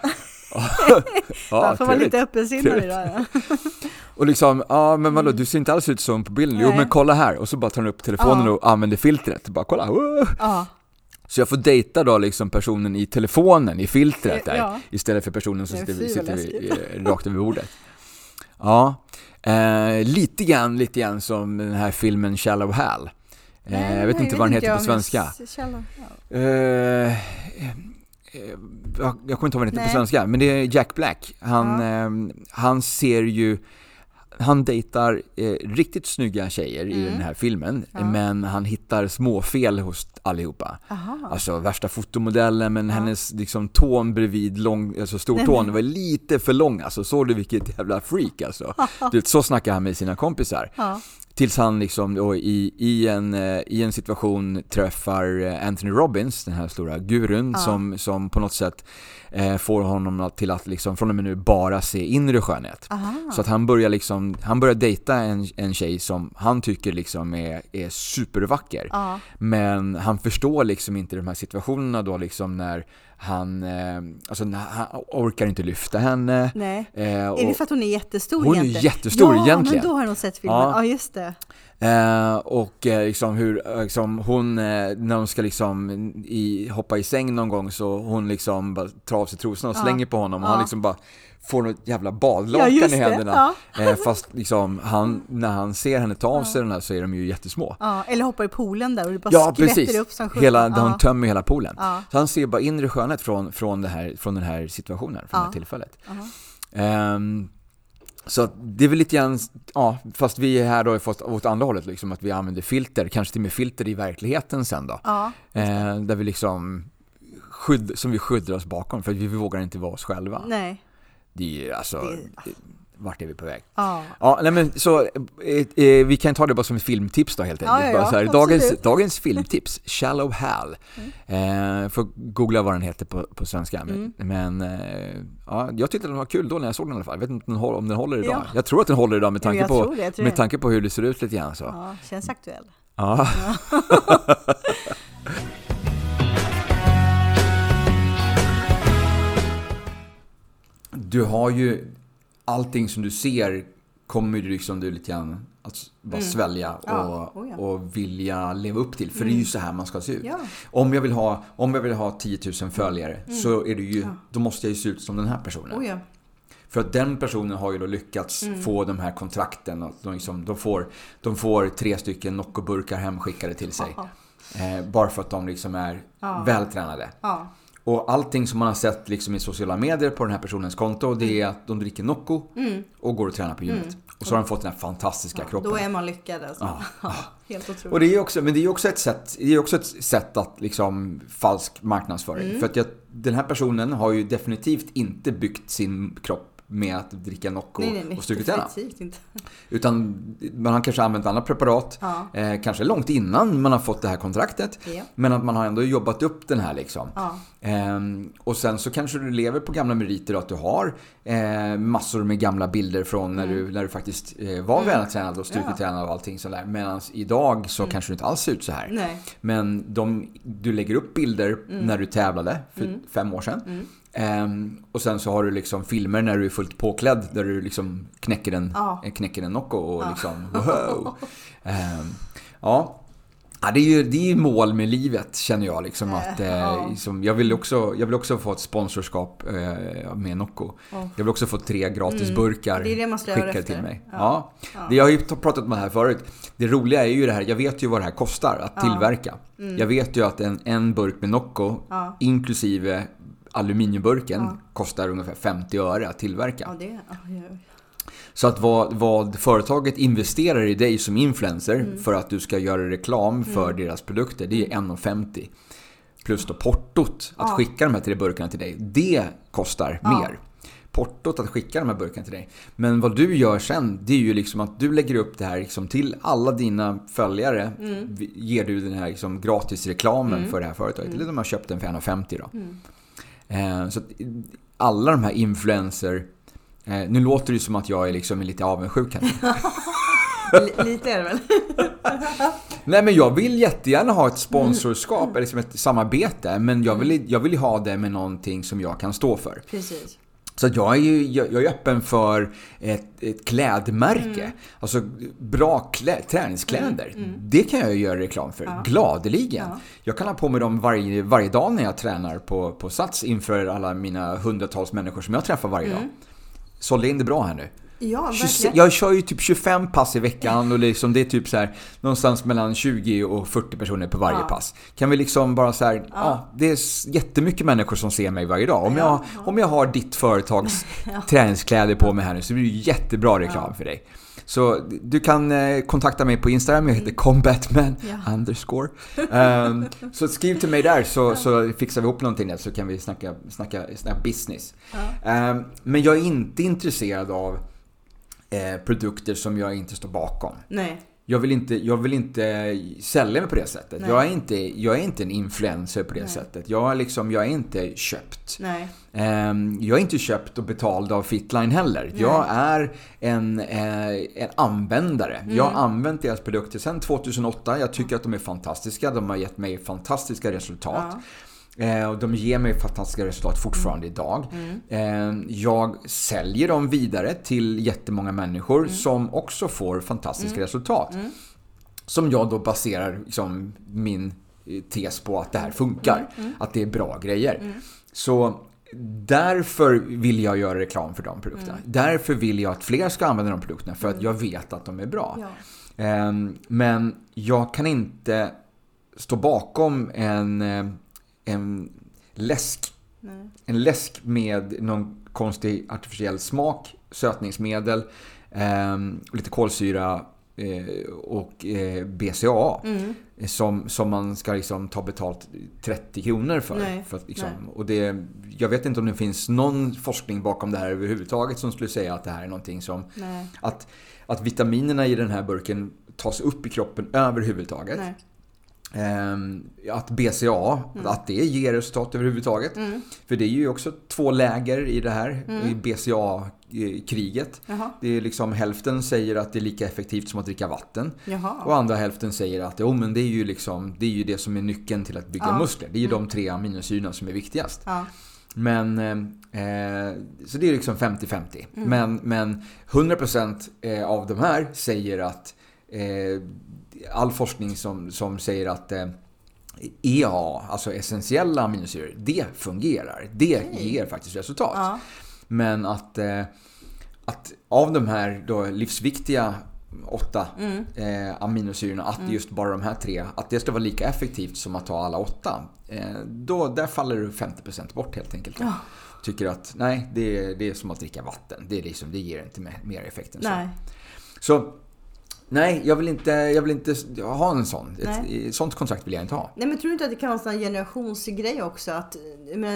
Ja, får man lite öppensinnad idag. Ja. Och liksom, ja men vadå, du ser inte alls ut som på bilden. Nej. Jo men kolla här. Och så bara tar du upp telefonen ja. och använder filtret. Bara kolla. Ja. Så jag får dejta då liksom personen i telefonen, i filtret där. Ja. Istället för personen som sitter, sitter vi, rakt över bordet. Ja, eh, lite grann, lite grann som den här filmen Shallow Hal. Eh, jag vet nej, inte vad den heter på svenska. Shallow, ja. eh, jag, jag kommer inte ihåg vad den heter på svenska, men det är Jack Black. Han, ja. eh, han ser ju han dejtar eh, riktigt snygga tjejer mm. i den här filmen, ja. men han hittar småfel hos allihopa. Aha. Alltså värsta fotomodellen, men ja. hennes liksom tån bredvid lång, alltså stortån var lite för lång. Alltså såg du vilket jävla freak alltså. Du, så snackar han med sina kompisar. Ja. Tills han liksom då, i, i, en, i en situation träffar Anthony Robbins, den här stora gurun, ja. som, som på något sätt eh, får honom till att liksom, från och med nu bara se inre skönhet. Aha. Så att han börjar, liksom, han börjar dejta en, en tjej som han tycker liksom är, är supervacker. Ja. Men han förstår liksom inte de här situationerna då liksom när han, eh, alltså, han orkar inte lyfta henne. Nej. Eh, och är det för att hon är jättestor hon egentligen? Hon är jättestor ja, egentligen. Ja, men då har hon sett filmen. Ja, ja just det. Eh, och eh, liksom hur liksom, hon, eh, när hon ska liksom i, hoppa i säng någon gång så hon liksom bara tar av sig trosorna och ja. slänger på honom. Och ja. han liksom bara får något jävla badlakan ja, i händerna. Ja. Eh, fast liksom, han, när han ser henne ta av sig ja. den här så är de ju jättesmå. Ja, eller hoppar i poolen där och det bara ja, skvätter upp som sjutton. Hela, ja. Hon tömmer hela poolen. Ja. Så han ser bara inre skönhet från, från, det här, från den här situationen, från ja. det här tillfället. Um, så det är väl lite grann, ja, fast vi är här då fått åt andra hållet liksom, att vi använder filter, kanske till och med filter i verkligheten sen då. Ja, eh, där vi liksom skydd, som vi skyddar oss bakom för att vi vågar inte vara oss själva. Nej. Det är alltså det... vart är vi på väg? Ja. Ja, nej men så eh, eh, vi kan ta det bara som ett filmtips då helt enkelt. Ja, ja, ja, bara så här, dagens dagens filmtips Shallow Hal. Mm. Eh, får googla vad den heter på på svenska mm. men eh, ja, jag tyckte den var kul då när jag såg den i alla fall. Jag vet inte om den håller idag. Ja. Jag tror att den håller idag med tanke på det, med tanke på hur det ser ut lite grann så. Ja, känns aktuell. Ja. Ja. Du har ju allting som du ser kommer du liksom du lite grann att bara mm. svälja och, ja. Oh, ja. och vilja leva upp till. För mm. det är ju så här man ska se ut. Ja. Om jag vill ha, om jag vill ha tio tusen följare mm. så är det ju, ja. då måste jag ju se ut som den här personen. Oh, ja. För att den personen har ju då lyckats mm. få de här kontrakten. Och de, liksom, de, får, de får tre stycken Nocco-burkar hemskickade till sig. Eh, bara för att de liksom är ja. vältränade. Ja. Och allting som man har sett liksom i sociala medier på den här personens konto, det är att de dricker Nocco mm. och går och tränar på gymmet. Mm. Och så har de fått den här fantastiska ja, kroppen. Då är man lyckad alltså. Ja. Ja, helt otroligt. Och det är också, men det är också ett sätt, det är också ett sätt att liksom falsk marknadsföring. Mm. För att jag, den här personen har ju definitivt inte byggt sin kropp med att dricka Nocco nej, nej, nej, och Styrketräna. Inte. Utan man har kanske använt andra preparat, ja. eh, kanske långt innan man har fått det här kontraktet. Ja. Men att man har ändå jobbat upp den här liksom. Ja. Eh, och sen så kanske du lever på gamla meriter och att du har eh, massor med gamla bilder från när, mm. du, när du faktiskt eh, var mm. vältränad och styrketränad och allting sådär. Medan idag så mm. kanske du inte alls ser ut så här. Nej. Men de, du lägger upp bilder mm. när du tävlade för mm. fem år sedan. Mm. Um, och sen så har du liksom filmer när du är fullt påklädd där du liksom knäcker en, ja. knäcker en Nocco och ja. liksom wow. um, ja. Ja, det är ju det är mål med livet känner jag liksom att eh, ja. liksom, jag vill också jag vill också få ett sponsorskap eh, med Nocco. Oh. Jag vill också få tre gratisburkar mm. skickade till mig. Ja. Ja. Ja. Det jag har ju pratat om det här förut. Det roliga är ju det här, jag vet ju vad det här kostar att ja. tillverka. Mm. Jag vet ju att en, en burk med Nocco ja. inklusive aluminiumburken ja. kostar ungefär femtio öre att tillverka. Ja, det, ja, ja. Så att vad, vad företaget investerar i dig som influencer mm. för att du ska göra reklam för mm. deras produkter, det är en krona femtio. Plus då portot att ja. skicka de här tre burkarna till dig, det kostar ja. mer. Portot att skicka de här burkarna till dig. Men vad du gör sen, det är ju liksom att du lägger upp det här liksom till alla dina följare. Mm. Ger du den här liksom gratis reklamen mm. för det här företaget. Mm. Eller de har köpt den för en krona femtio då. Mm. Eh, så att alla de här influencer, eh, nu låter det som att jag är liksom lite avundsjuk här. Lite är det väl? Nej, men jag vill jättegärna ha ett sponsorskap mm. eller liksom ett samarbete, men jag vill, jag vill ha det med någonting som jag kan stå för. Precis. Så jag är ju jag, jag är öppen för ett, ett klädmärke. Mm. Alltså bra klä, träningskläder. Mm. Mm. Det kan jag ju göra reklam för. Ja. Gladeligen. Ja. Jag kan ha på mig dem varje, varje dag när jag tränar på, på Sats inför alla mina hundratals människor som jag träffar varje mm. dag. Sålde in det bra här nu. Ja, tjugo, jag kör ju typ tjugofem pass i veckan och liksom det är typ så här någonstans mellan tjugo och fyrtio personer på varje ja. pass. Kan vi liksom bara så här, ja. ja, det är jättemycket människor som ser mig varje dag. Om jag, ja. om jag har ditt företags ja. träningskläder på mig här nu så blir det jättebra reklam ja. för dig. Så du kan eh, kontakta mig på Instagram, jag heter combatman ja. underscore. Um, så skriv till mig där så, så fixar vi ihop någonting där så kan vi snacka, snacka, snacka business. Ja. Um, men jag är inte intresserad av Eh, produkter som jag inte står bakom. Nej. Jag vill inte, jag vill inte sälja mig på det sättet. Jag är, inte, jag är inte en influencer på det Nej. sättet. Jag är, liksom, jag är inte köpt. Nej. Eh, jag är inte köpt och betald av Fitline heller. Nej. Jag är en, eh, en användare. Mm. Jag har använt deras produkter sedan tjugohundraåtta. Jag tycker att de är fantastiska. De har gett mig fantastiska resultat. Ja. Och de ger mig fantastiska resultat fortfarande mm. idag. Mm. Jag säljer dem vidare till jättemånga människor mm. som också får fantastiska mm. resultat. Mm. Som jag då baserar liksom min tes på att det här funkar. Mm. Mm. Att det är bra grejer. Mm. Så därför vill jag göra reklam för de produkterna. Mm. Därför vill jag att fler ska använda de produkterna. För att jag vet att de är bra. Ja. Men jag kan inte stå bakom en... En läsk. Nej. En läsk med någon konstig artificiell smak, sötningsmedel, eh, lite kolsyra eh, och eh, B C A A mm. som, som man ska liksom ta betalt trettio kronor för. Nej. för att liksom, och det, jag vet inte om det finns någon forskning bakom det här överhuvudtaget som skulle säga att det här är någonting som... Att, att vitaminerna i den här burken tas upp i kroppen överhuvudtaget. Nej. Att B C A A, mm. att det ger resultat överhuvudtaget. Mm. För det är ju också två läger i det här, mm. i B C A A-kriget. Jaha. Det är liksom hälften säger att det är lika effektivt som att dricka vatten. Jaha. Och andra hälften säger att oh, men det är ju liksom, det är ju det som är nyckeln till att bygga ja. muskler. Det är ju mm. de tre aminosyrorna som är viktigast. Ja. Men eh, så det är liksom femtio femtio. Mm. Men, men hundra procent av de här säger att eh, all forskning som, som säger att eh, E A, alltså essentiella aminosyror, det fungerar. Det okay. ger faktiskt resultat. Ja. Men att, eh, att av de här då livsviktiga åtta mm. eh, aminosyrorna, att mm. just bara de här tre, att det ska vara lika effektivt som att ta alla åtta, eh, då där faller du femtio procent bort helt enkelt. Ja. Tycker att nej, det är, det är som att dricka vatten. Det, är liksom, det ger inte mer, mer effekt än så. Nej. Så nej, jag vill inte, jag vill inte ha en sån. Ett, ett sånt kontrakt vill jag inte ha. Nej, men tror du inte att det kan vara en generationsgrej också? Att, men,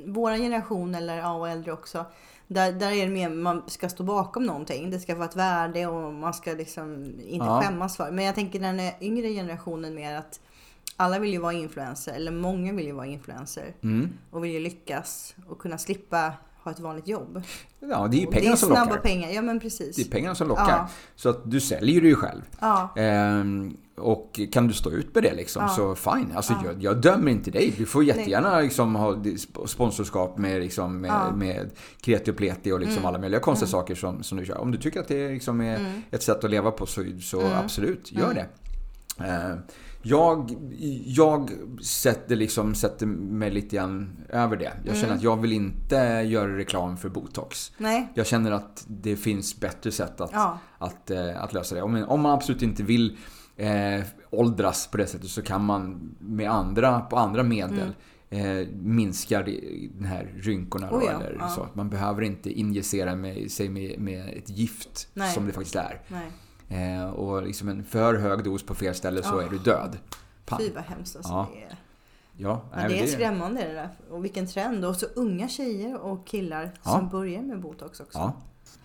våra generation eller ja, och äldre också, där, där är det mer man ska stå bakom någonting. Det ska vara ett värde och man ska liksom inte ja. skämmas för. Men jag tänker den yngre generationen mer att alla vill ju vara influencer, eller många vill ju vara influencer mm. och vill ju lyckas och kunna slippa ha ett vanligt jobb. Ja, det är ju pengarna som lockar. Det är snabba pengar, ja men precis. Det är pengarna som lockar. Ja. Så att du säljer det ju själv. Ja. Ehm, och kan du stå ut med det liksom, ja. så fine. Alltså ja. jag, jag dömer inte dig. Du får jättegärna liksom ha sponsorskap med, liksom, med, ja. med Kreti och Pleti och liksom mm. alla möjliga konstiga mm. saker som, som du gör. Om du tycker att det liksom är mm. ett sätt att leva på så, så mm. absolut, gör mm. det. Ehm, Jag, jag sätter, liksom, sätter mig lite grann över det. Jag känner mm. att jag vill inte göra reklam för Botox. Nej. Jag känner att det finns bättre sätt att, ja. att, att, att lösa det. Om, om man absolut inte vill eh, åldras på det sättet så kan man med andra, på andra medel mm. eh, minska den här rynkorna. Oh, ja. Eller ja. Så. Man behöver inte injicera med, sig med, med ett gift Nej. Som det faktiskt är. Nej. Eh, och liksom en för hög dos på fel ställe så oh. är du död. Pan. Fy vad hemskt alltså ja. det är. Ja, men det är skrämmande det där. Och vilken trend. Och så unga tjejer och killar ja. Som börjar med Botox också. Ja.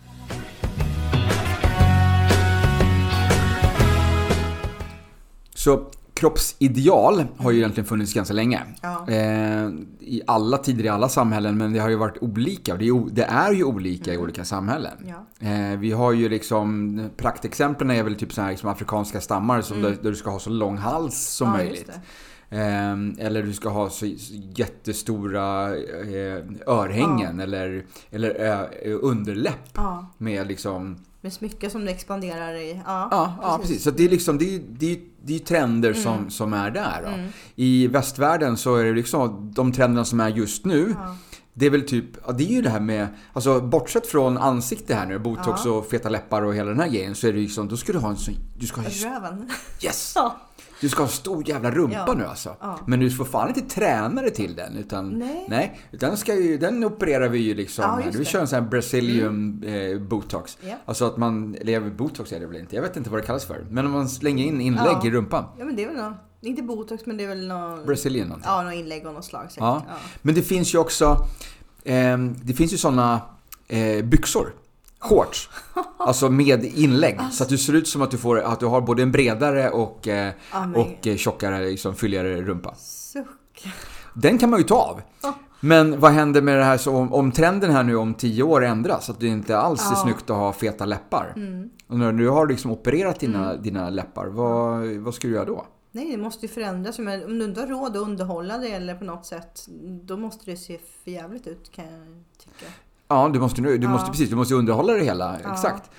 Så kroppsideal har ju egentligen funnits ganska länge. Ja. Eh, I alla tider, i alla samhällen, men det har ju varit olika. Det är, det är ju olika mm. i olika samhällen. Ja. Eh, vi har ju liksom, praktexemplen är väl typ så här liksom afrikanska stammar som mm. där, där du ska ha så lång hals som ja, möjligt. Eh, eller du ska ha så jättestora eh, örhängen ja. eller, eller eh, underläpp ja. Med liksom... Med smycka som det expanderar i. Ja, ja, precis. Ja, precis. Så det är liksom det är, det är, det är trender mm. som, som är där. Då. Mm. I västvärlden så är det liksom de trenderna som är just nu. Ja. Det är väl typ, ja, det är ju det här med, alltså bortsett från ansikte här nu, botox ja. Och feta läppar och hela den här grejen, så är det liksom, då ska du ha en sån, du ska ha röven. Yes! Ja. Du ska ha en stor jävla rumpa ja. Nu alltså. Ja. Men du får fan inte träna dig till den. Utan, nej. nej utan ska ju, den opererar vi ju liksom. Ja, vi kör en sån här Brazilian mm. eh, botox. Yeah. Alltså att man, eller botox är det väl inte. Jag vet inte vad det kallas för. Men om man slänger in inlägg ja. I rumpan. Ja men det är väl något. Inte botox men det är väl något. Brazilian någonting. Ja, något inlägg och något slag. Ja. Ja. Men det finns ju också, eh, det finns ju såna eh, byxor. Shorts. Alltså med inlägg. Alltså. Så att du ser ut som att du, får, att du har både en bredare och, eh, oh, och tjockare, liksom, fylligare rumpa. Suck. Den kan man ju ta av. Oh. Men vad händer med det här så om, om trenden här nu om tio år ändras? Så att det inte alls oh. är snyggt att ha feta läppar. Mm. Och när du har liksom opererat dina, mm. dina läppar, vad, vad ska du göra då? Nej, det måste ju förändras. Men om du inte har råd att underhålla det eller på något sätt, då måste det se för jävligt ut kan jag tycka. Ja, du måste, du måste ja. Precis, du måste underhålla det hela, ja. Exakt.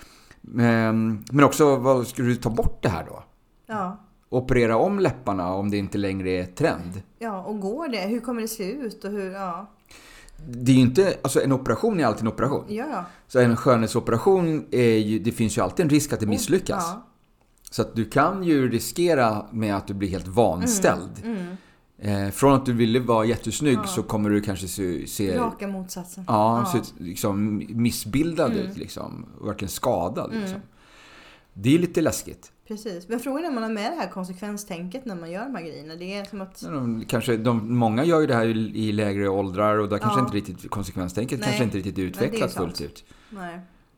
Men, men också, vad skulle du ta bort det här då? Ja. Operera om läpparna om det inte längre är trend. Ja, och går det? Hur kommer det se ut? Och hur, ja. Det är ju inte, alltså en operation är alltid en operation. Ja. Så en skönhetsoperation är ju, det finns ju alltid en risk att det misslyckas. Ja. Så att du kan ju riskera med att du blir helt vanställd. Mm. Mm. Eh, från att du ville vara jättesnygg ja. Så kommer du kanske se... se raka motsatsen. Ja, ja. Se liksom missbildad mm. ut liksom. Och verkligen skadad mm. liksom. Det är lite läskigt. Precis. Men frågan är om man har med det här konsekvenstänket när man gör de här grejerna. Det är som att... De, kanske, de, många gör ju det här i, i lägre åldrar och där kanske ja. Inte riktigt konsekvenstänket Nej. Kanske inte riktigt utvecklat fullt ut. Nej.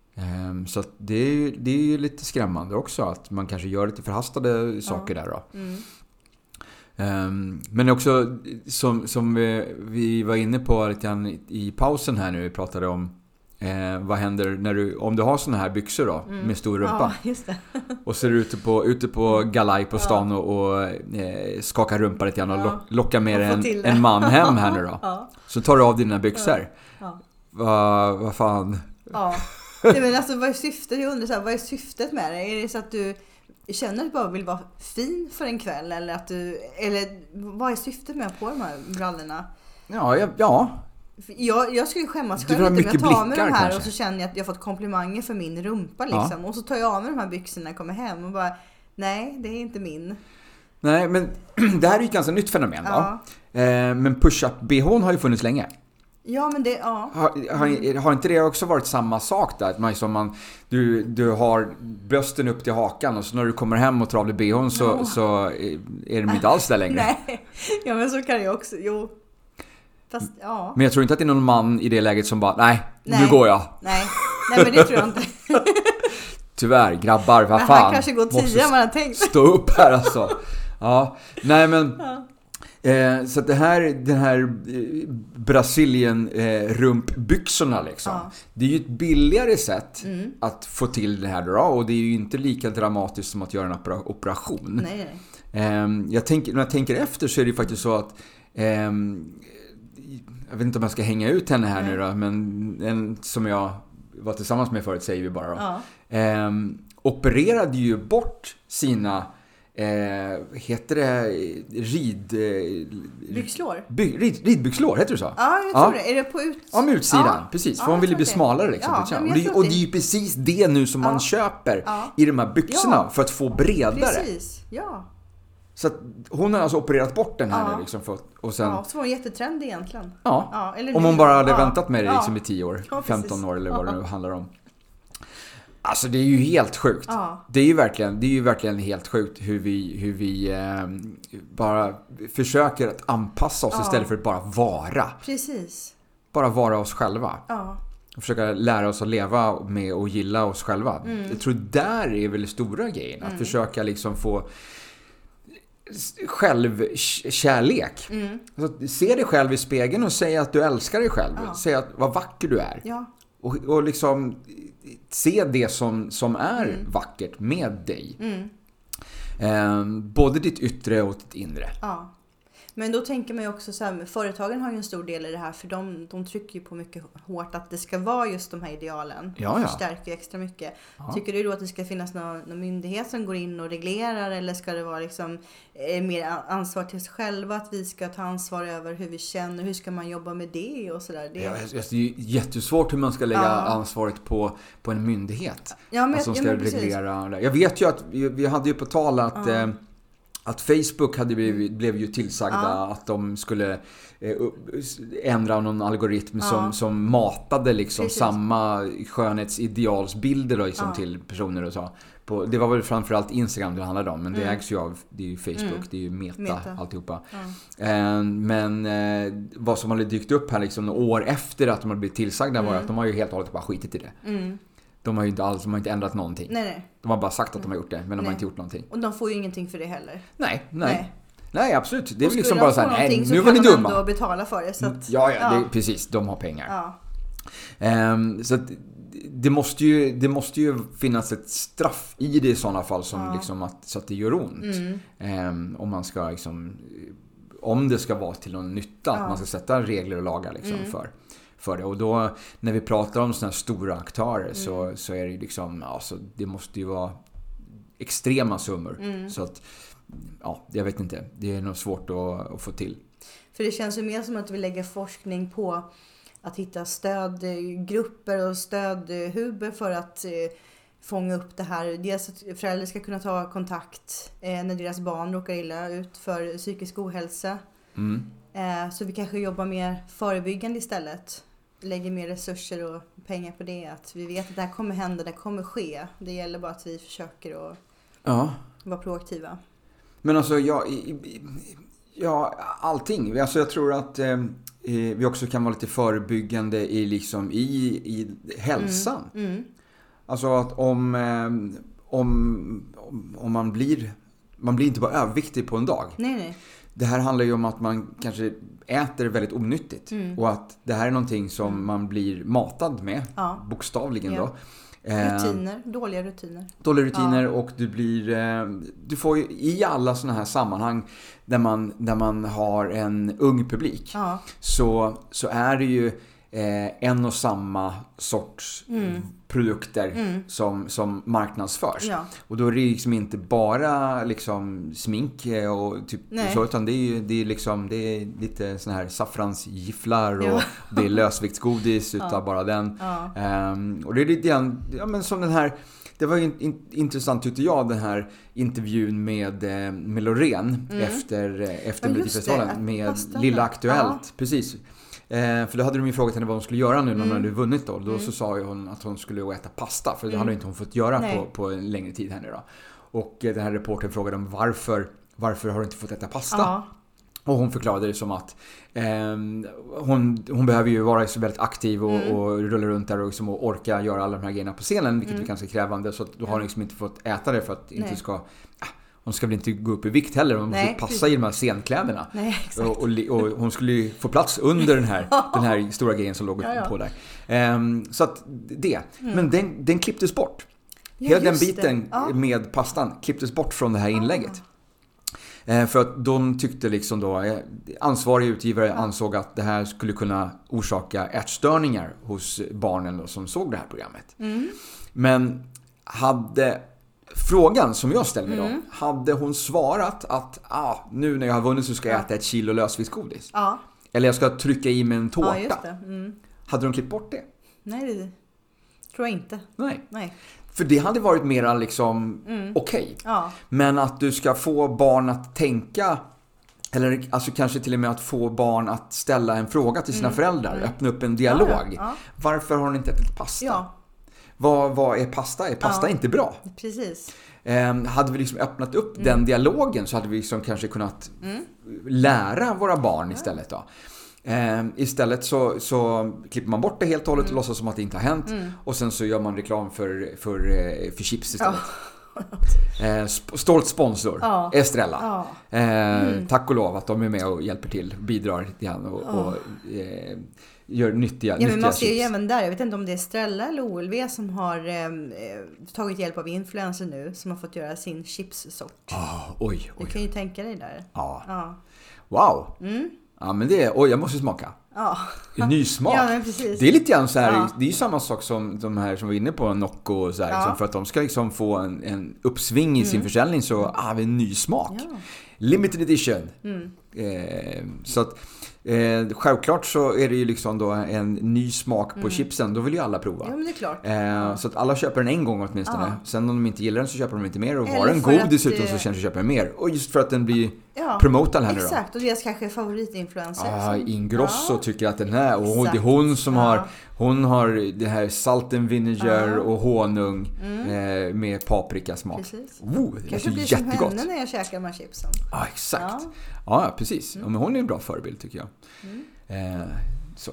Um, så att det är ju det är ju lite skrämmande också att man kanske gör lite förhastade saker ja. Där då. Mm. Um, men också som, som vi, vi var inne på lite grann i, i pausen här nu, vi pratade om eh, vad händer när du, om du har såna här byxor då mm. med stor rumpa ja, just det. och ser ute på, ute på galaj på stan ja. och, och eh, skakar rumpa lite grann och ja. Lockar med en, en man hem här nu då ja. Så tar du av dina byxor ja. Ja. Vad va fan ja. Nej, men alltså vad är syftet? Jag undrar så här, vad är syftet med det? Är det så att du känner att du bara vill vara fin för en kväll eller att du, eller vad är syftet med att på de här brallorna? Ja, ja, ja. Jag, jag skulle skämmas själv lite om jag tar med de här kanske. Och så känner jag att jag fått komplimanger för min rumpa liksom. Ja. Och så tar jag av mig de här byxorna när jag kommer hem och bara, nej, det är inte min. Nej, men det här är ju ett ganska nytt fenomen ja. Då. Eh, men push-up-B H:n har ju funnits länge. Ja, men det, ja. Har, har, har inte det också varit samma sak där? Att man, som man, du, du har brösten upp till hakan och så när du kommer hem och tar av dig B H:n så, oh. så är de inte alls där längre. Nej, ja men så kan det också, jo. Fast, ja. Men jag tror inte att det är någon man i det läget som bara, nej, nej. nu går jag. Nej. nej, men det tror jag inte. Tyvärr, grabbar, vad fan. Men han kanske går tidigare än man har tänkt. Stå upp här alltså. Ja, nej men... Ja. Eh, så att det här, den här eh, Brasilien eh, rumpbyxorna liksom. Ja. Det är ju ett billigare sätt mm. att få till det här då. Och det är ju inte lika dramatiskt som att göra en opera- operation. Nej, nej. Eh, jag tänker, när jag tänker efter så är det ju faktiskt så att... Eh, jag vet inte om jag ska hänga ut henne här mm. nu då. Men en som jag var tillsammans med förut, säger vi bara då. Ja. Eh, opererade ju bort sina... Eh, heter det rid... Eh, byxlår? By, rid, ridbyxlår, heter det så? Ja, jag tror ja. det. Är det på ut... Ja, med utsidan, ja. precis. För ja, hon vill ju bli smalare liksom. Ja, och, det, och det är ju precis det nu som ja. man köper ja. i de här byxorna ja. för att få bredare. Precis, ja. Så att hon har alltså opererat bort den här ja. nu liksom för, och sen... Ja, så var hon jättetrendig egentligen. Ja, ja eller om hon bara hade ja. väntat med det liksom i tio år, ja, femton år eller vad det nu handlar om. Alltså det är ju helt sjukt. Ja. Det är ju verkligen, det är ju verkligen helt sjukt hur vi, hur vi eh, bara försöker att anpassa oss ja. istället för att bara vara. Precis. Bara vara oss själva. Ja. Och försöka lära oss att leva med och gilla oss själva. Mm. Jag tror där är väl det stora grejen. Mm. Att försöka liksom få självkärlek. Mm. Alltså, se dig själv i spegeln och säga att du älskar dig själv. Ja. Säga att vad vacker du är. Ja. Och, och liksom se det som, som är mm. vackert med dig. Mm. Eh, både ditt yttre och ditt inre. Ja. Men då tänker man ju också så här, företagen har ju en stor del i det här, för de, de trycker ju på mycket hårt att det ska vara just de här idealen. Ja, ja. Förstärker ju extra mycket. Ja. Tycker du då att det ska finnas någon, någon myndighet som går in och reglerar, eller ska det vara liksom eh, mer ansvar till oss själva, att vi ska ta ansvar över hur vi känner, hur ska man jobba med det och sådär? Det... Ja, det är ju jättesvårt hur man ska lägga ja. ansvaret på, på en myndighet. Ja, men, som ja, ska men reglera det. Jag vet ju att vi, vi hade ju på tal att ja. eh, Att Facebook hade blivit, blev ju tillsagda ja. att de skulle eh, ändra någon algoritm ja. som, som matade liksom samma skönhetsidealsbilder då, liksom, ja. till personer och så. På, det var väl framförallt Instagram det handlade om, men mm. det ägs ju av, det är ju Facebook, mm. det är ju Meta, Meta. alltihopa. Ja. Eh, men eh, vad som hade dykt upp här liksom år efter att de hade blivit tillsagda mm. var att de har ju helt och hållet bara skitit i det. Mm. De har ju inte alls, de har inte ändrat någonting. Nej, nej. De har bara sagt att de har gjort det, men de nej. har inte gjort någonting. Och de får ju ingenting för det heller. Nej, nej. Nej, nej absolut. Det är liksom de bara så här, nej, nu var ni dumma. Så kan de ändå betala för det. Så att, ja, ja, ja. Det, precis. De har pengar. Ja. Um, så att det måste ju, det måste ju finnas ett straff i det i sådana fall som ja. liksom att, så att det gör ont. Mm. Um, om man ska liksom, om det ska vara till någon nytta, ja. att man ska sätta regler och lagar liksom mm. för. för det. Och då när vi pratar om sådana här stora aktörer mm. så, så är det ju liksom, alltså, det måste ju vara extrema summor. Mm. Så att, ja, jag vet inte. Det är nog svårt att, att få till. För det känns ju mer som att vi lägger forskning på att hitta stödgrupper och stödhuber för att eh, fånga upp det här. Dels att föräldrar ska kunna ta kontakt eh, när deras barn råkar illa ut för psykisk ohälsa. Mm. Eh, så vi kanske jobbar mer förebyggande istället. Lägger mer resurser och pengar på det. Att vi vet att det här kommer hända, det kommer ske. Det gäller bara att vi försöker att ja. vara proaktiva. Men alltså, ja, ja allting. Alltså jag tror att eh, vi också kan vara lite förebyggande i, liksom, i, i hälsan. Mm. Mm. Alltså att om, eh, om, om man blir, man blir inte bara överviktig på en dag. Nej, nej. Det här handlar ju om att man kanske äter väldigt onyttigt. Mm. Och att det här är någonting som mm. man blir matad med. Ja. Bokstavligen ja. då. Rutiner, eh, dåliga rutiner. Dåliga rutiner ja. och du blir... Eh, du får ju i alla såna här sammanhang där man, där man har en ung publik. Ja. Så, så är det ju eh, en och samma sorts mm. produkter mm. som, som marknadsförs. Ja. Och då är det liksom inte bara liksom smink och typ så, utan det är ju det är liksom det är lite såna här saffransgifflar och ja. det är lösviktsgodis utav ja. bara den. Ja. Um, och det är lite grann, ja men som den här, det var ju in, in, intressant tyckte jag, den här intervjun med, med Loreen mm. efter, efter ja, Melodifestivalen med Lilla Aktuellt. Ja. Precis. Eh, för då hade de ju frågat henne vad hon skulle göra nu när hon mm. hade vunnit då. Då mm. så sa ju hon att hon skulle äta pasta. För det mm. hade inte hon fått göra på, på en längre tid här nu då. Och eh, den här reportern frågade om varför, varför har du inte fått äta pasta? Ja. Och hon förklarade det som att eh, hon, hon behöver ju vara så väldigt aktiv och, mm. och rulla runt där och, liksom, och orka göra alla de här grejerna på scenen, vilket mm. är ganska krävande. Så att då har hon liksom inte fått äta det för att Nej. inte ska... Ah, hon ska väl inte gå upp i vikt heller. Hon måste passa i de här scenkläderna. Nej, och, och, och hon skulle ju få plats under den här, den här stora grejen som låg ja, ja. på där. Um, så att det. Mm. Men den, den klipptes bort. Ja, hela den biten ja. med pastan klipptes bort från det här inlägget. Uh, för att de tyckte liksom då, eh, ansvarig utgivare ja. ansåg att det här skulle kunna orsaka ätstörningar hos barnen då, som såg det här programmet. Mm. Men hade... Frågan som jag ställde mm. då, hade hon svarat att ah, nu när jag har vunnit så ska jag äta ett kilo lösviktsgodis? Ja. Eller jag ska trycka i mig en tårta? Ja, just det. Mm. Hade de klippt bort det? Nej, det tror jag inte. Nej. Nej. För det hade varit mera liksom mm. okej. Okay. Ja. Men att du ska få barn att tänka, eller alltså kanske till och med att få barn att ställa en fråga till sina mm. föräldrar, mm. öppna upp en dialog. Ja, ja. Ja. Varför har hon inte ätit pasta? Ja. Vad, vad är pasta? Är pasta ja, inte bra? Precis. Eh, hade vi liksom öppnat upp mm. den dialogen så hade vi liksom kanske kunnat mm. lära våra barn istället då. Eh, istället så, så klipper man bort det helt och hållet mm. och låtsas som att det inte har hänt. Mm. Och sen så gör man reklam för, för, för chips istället. Ja. Eh, stolt sponsor, ja. Estrella. Ja. Eh, mm. Tack och lov att de är med och hjälper till, bidrar lite grann och, ja. och eh, gör nyttiga, ja, men man ser ju även där, jag vet inte om det är Estrella eller O L V som har eh, tagit hjälp av influencer nu, som har fått göra sin chipssort. Oh, oj, oj. Du kan ju tänka dig där. Ja. ja. Wow. Mm. Ja, men det är, oj, jag måste smaka. Ja. En ny smak. Ja, men precis. Det är lite grann så här, ja. det är ju samma sak som de här som var inne på Nocco och så här, ja. liksom, för att de ska liksom få en, en uppsving i mm. sin försäljning så ah, en ny smak. Ja. Limited edition. Mm. Eh, så att Eh, självklart så är det ju liksom då en ny smak på mm. chipsen. Då vill ju alla prova. Ja, men det är klart. Eh, ja. Så att alla köper den en gång åtminstone. Ja. Sen om de inte gillar den så köper de inte mer. Och var den god dessutom så kanske köper den mer. Och just för att den blir ja. promotad här nu då. Exakt, och deras kanske favoриtinfluencer. Ja, Ingrosso ja. tycker att den här. Och exakt. Det är hon som ja. har Hon har det här salt and vinegar ja. och honung mm. eh, med paprikasmak. Precis. Oh, det kanske blir jättegott. Som henne när jag käkar de här chipsen. Ja, exakt. Ja, ja precis. Mm. Ja, men hon är en bra förebild tycker jag. Mm. Eh, så.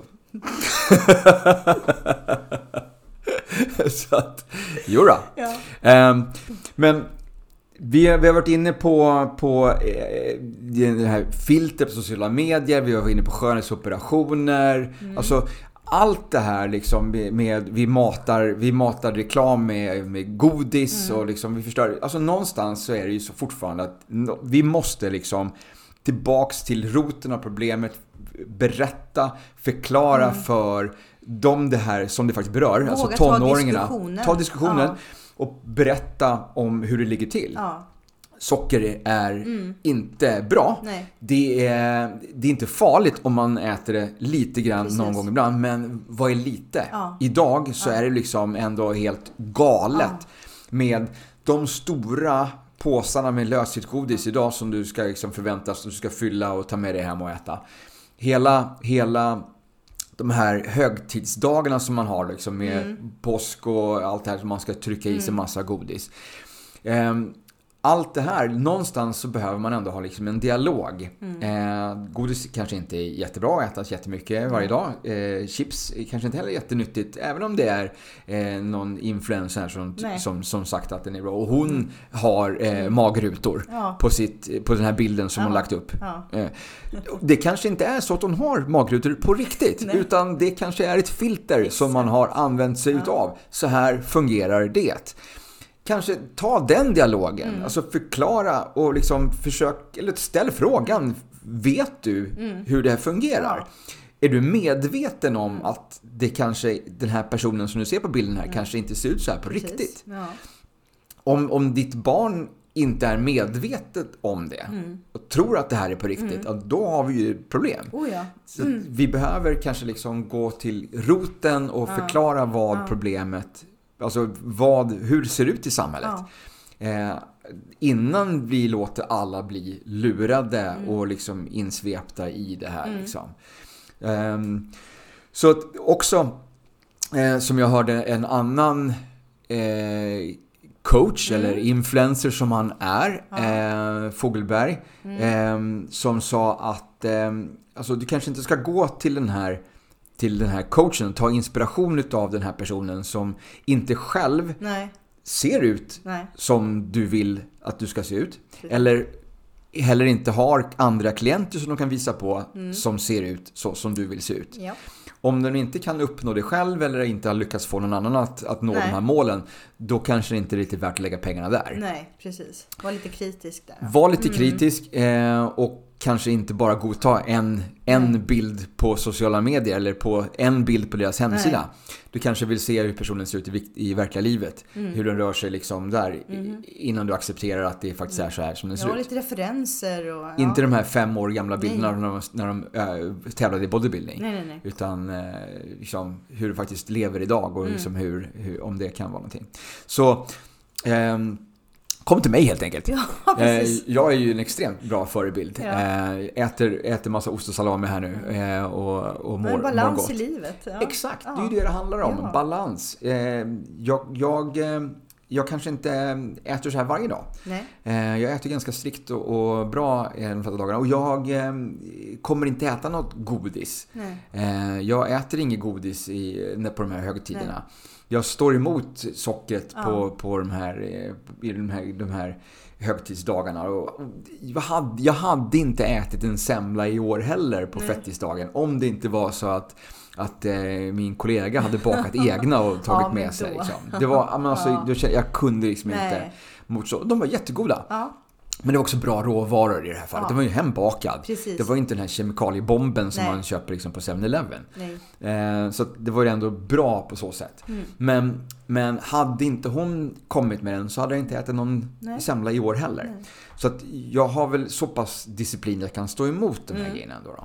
så att, jodå. Ja. Eh, men vi har, vi har varit inne på, på eh, det här filter på sociala medier. Vi har varit inne på skönhetsoperationer. Mm. Alltså allt det här liksom med vi matar vi matar reklam med, med godis mm. och liksom vi förstör. Alltså någonstans så är det ju så fortfarande att vi måste liksom tillbaks till roten av problemet, berätta, förklara mm. för dem det här som det faktiskt berör, våga alltså tonåringarna. Ta diskussionen, ta diskussionen ja. och berätta om hur det ligger till. Ja. Socker är mm. inte bra. Nej. Det är, det är inte farligt om man äter det lite grann Precis. någon gång ibland. Men vad är lite? Ja. Idag så ja. är det liksom ändå helt galet ja. med de stora påsarna med lösviktsgodis idag som du ska liksom förväntas att du ska fylla och ta med dig hem och äta. Hela, hela de här högtidsdagarna som man har liksom med mm. påsk och allt det här som man ska trycka i sig mm. massa godis. Um, Allt det här, någonstans så behöver man ändå ha liksom en dialog. Mm. Eh, godis kanske inte är jättebra att äta jättemycket varje dag. Eh, chips är kanske inte heller jättenyttigt, även om det är eh, någon influencer som, som, som sagt att den är bra. Och hon mm. har eh, magrutor ja. på, sitt, på den här bilden som ja. hon lagt upp. Ja. Eh, det kanske inte är så att hon har magrutor på riktigt, utan det kanske är ett filter Exakt. som man har använt sig ja. utav. Så här fungerar det. Kanske ta den dialogen, mm. alltså förklara och liksom försök, eller ställ frågan, vet du mm. hur det här fungerar? Ja. Är du medveten om mm. att det kanske, den här personen som du ser på bilden här mm. kanske inte ser ut så här på Precis. riktigt? Ja. Om, om ditt barn inte är medvetet om det mm. och tror att det här är på riktigt, mm. ja, då har vi ju problem. Oh ja. Så mm. vi behöver kanske liksom gå till roten och ja. förklara vad ja. problemet, alltså vad, hur det ser ut i samhället. Ja. Eh, innan vi låter alla bli lurade mm. och liksom insvepta i det här. Mm. Liksom. Eh, så att också, eh, som jag hörde en annan eh, coach mm. eller influencer som han är, ja. eh, Fogelberg, mm. eh, som sa att eh, alltså, du kanske inte ska gå till den här till den här coachen och ta inspiration av den här personen som inte själv Nej. ser ut Nej. som du vill att du ska se ut. Precis. Eller heller inte har andra klienter som de kan visa på mm. som ser ut så som du vill se ut. Ja. Om den inte kan uppnå det själv eller inte har lyckats få någon annan att, att nå Nej. de här målen, då kanske det inte är riktigt värt att lägga pengarna där. Nej, precis. Var lite kritisk där. Var lite mm. kritisk eh, och kanske inte bara godta en, en mm. bild på sociala medier eller på en bild på deras hemsida. Nej. Du kanske vill se hur personen ser ut i, i verkliga livet. Mm. Hur den rör sig liksom där mm. innan du accepterar att det faktiskt är så här som den ser ja, ut. Lite referenser. Och, ja. Inte de här fem år gamla bilderna när de, när de äh, tävlade i bodybuilding. Nej, nej, nej. Utan äh, liksom, hur du faktiskt lever idag och mm. liksom hur, hur, om det kan vara någonting. Så... Ähm, Kom till mig helt enkelt. Ja, jag är ju en extremt bra förebild. Ja. Äter, äter massa ost och salami här nu. Och, och mår, Men balans mår gott. i livet. Ja. Exakt, ja. det är ju det det handlar om. Ja. Balans. Jag, jag, jag kanske inte äter så här varje dag. Nej. Jag äter ganska strikt och, och bra de flesta dagarna. Och jag kommer inte äta något godis. Nej. Jag äter inget godis i, på de här högtiderna. Nej. Jag står emot sockret ja. på, på de här, i de här, de här högtidsdagarna. Och jag, hade, jag hade inte ätit en semla i år heller på fettisdagen. Om det inte var så att, att eh, min kollega hade bakat egna och tagit ja, med sig. Liksom. Det var, alltså, ja. jag kunde liksom Nej. inte motstå. De var jättegoda. Ja. Men det var också bra råvaror i det här fallet. Ja. Det var ju hembakad. Precis. Det var inte den här kemikaliebomben som Nej. man köper liksom på seven eleven. Eh, så det var ju ändå bra på så sätt. Mm. Men, men hade inte hon kommit med den så hade jag inte ätit någon Nej. semla i år heller. Nej. Så att jag har väl så pass disciplin jag kan stå emot de här mm. grejerna ändå då.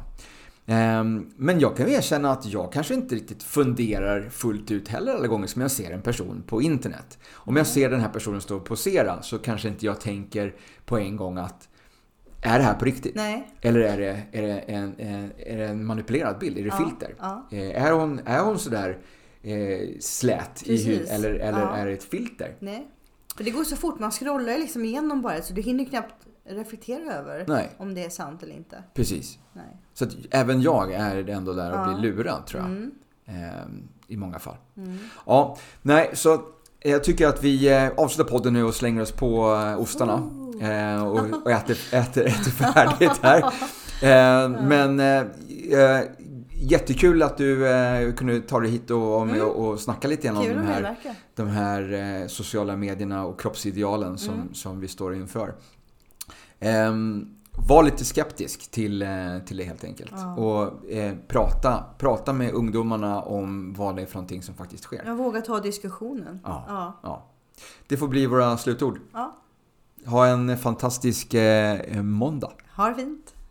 Men jag kan erkänna att jag kanske inte riktigt funderar fullt ut heller alla gånger som jag ser en person på internet. Om jag ser den här personen stå och posera så kanske inte jag tänker på en gång att är det här på riktigt? Nej. Eller är det, är det, en, är det en manipulerad bild? Är det ja, filter? Ja. Är hon, är hon sådär eh, slät Precis. i hud eller, eller ja. är det ett filter? Nej. För det går så fort, man scrollar liksom igenom bara så du hinner knappt reflektera över Nej. om det är sant eller inte. Precis. Nej. Så att även jag är ändå där och ja. blir lurad tror jag. Mm. Eh, I många fall. Mm. Ja, nej så jag tycker att vi avslutar podden nu och slänger oss på ostarna. Oh. Eh, och, och äter, äter, äter färdigt här. Eh, men eh, jättekul att du eh, kunde ta dig hit och, och, med mm. och, och snacka lite grann om de här, de här eh, sociala medierna och kroppsidealen som, mm. som vi står inför. Eh, var lite skeptisk till, eh, till det helt enkelt. Ja. Och eh, prata, prata med ungdomarna om vad det är för någonting som faktiskt sker. Jag vågar ta diskussionen. Ja, ja. ja. Det får bli våra slutord. Ja. Ha en fantastisk eh, måndag. Ha det fint.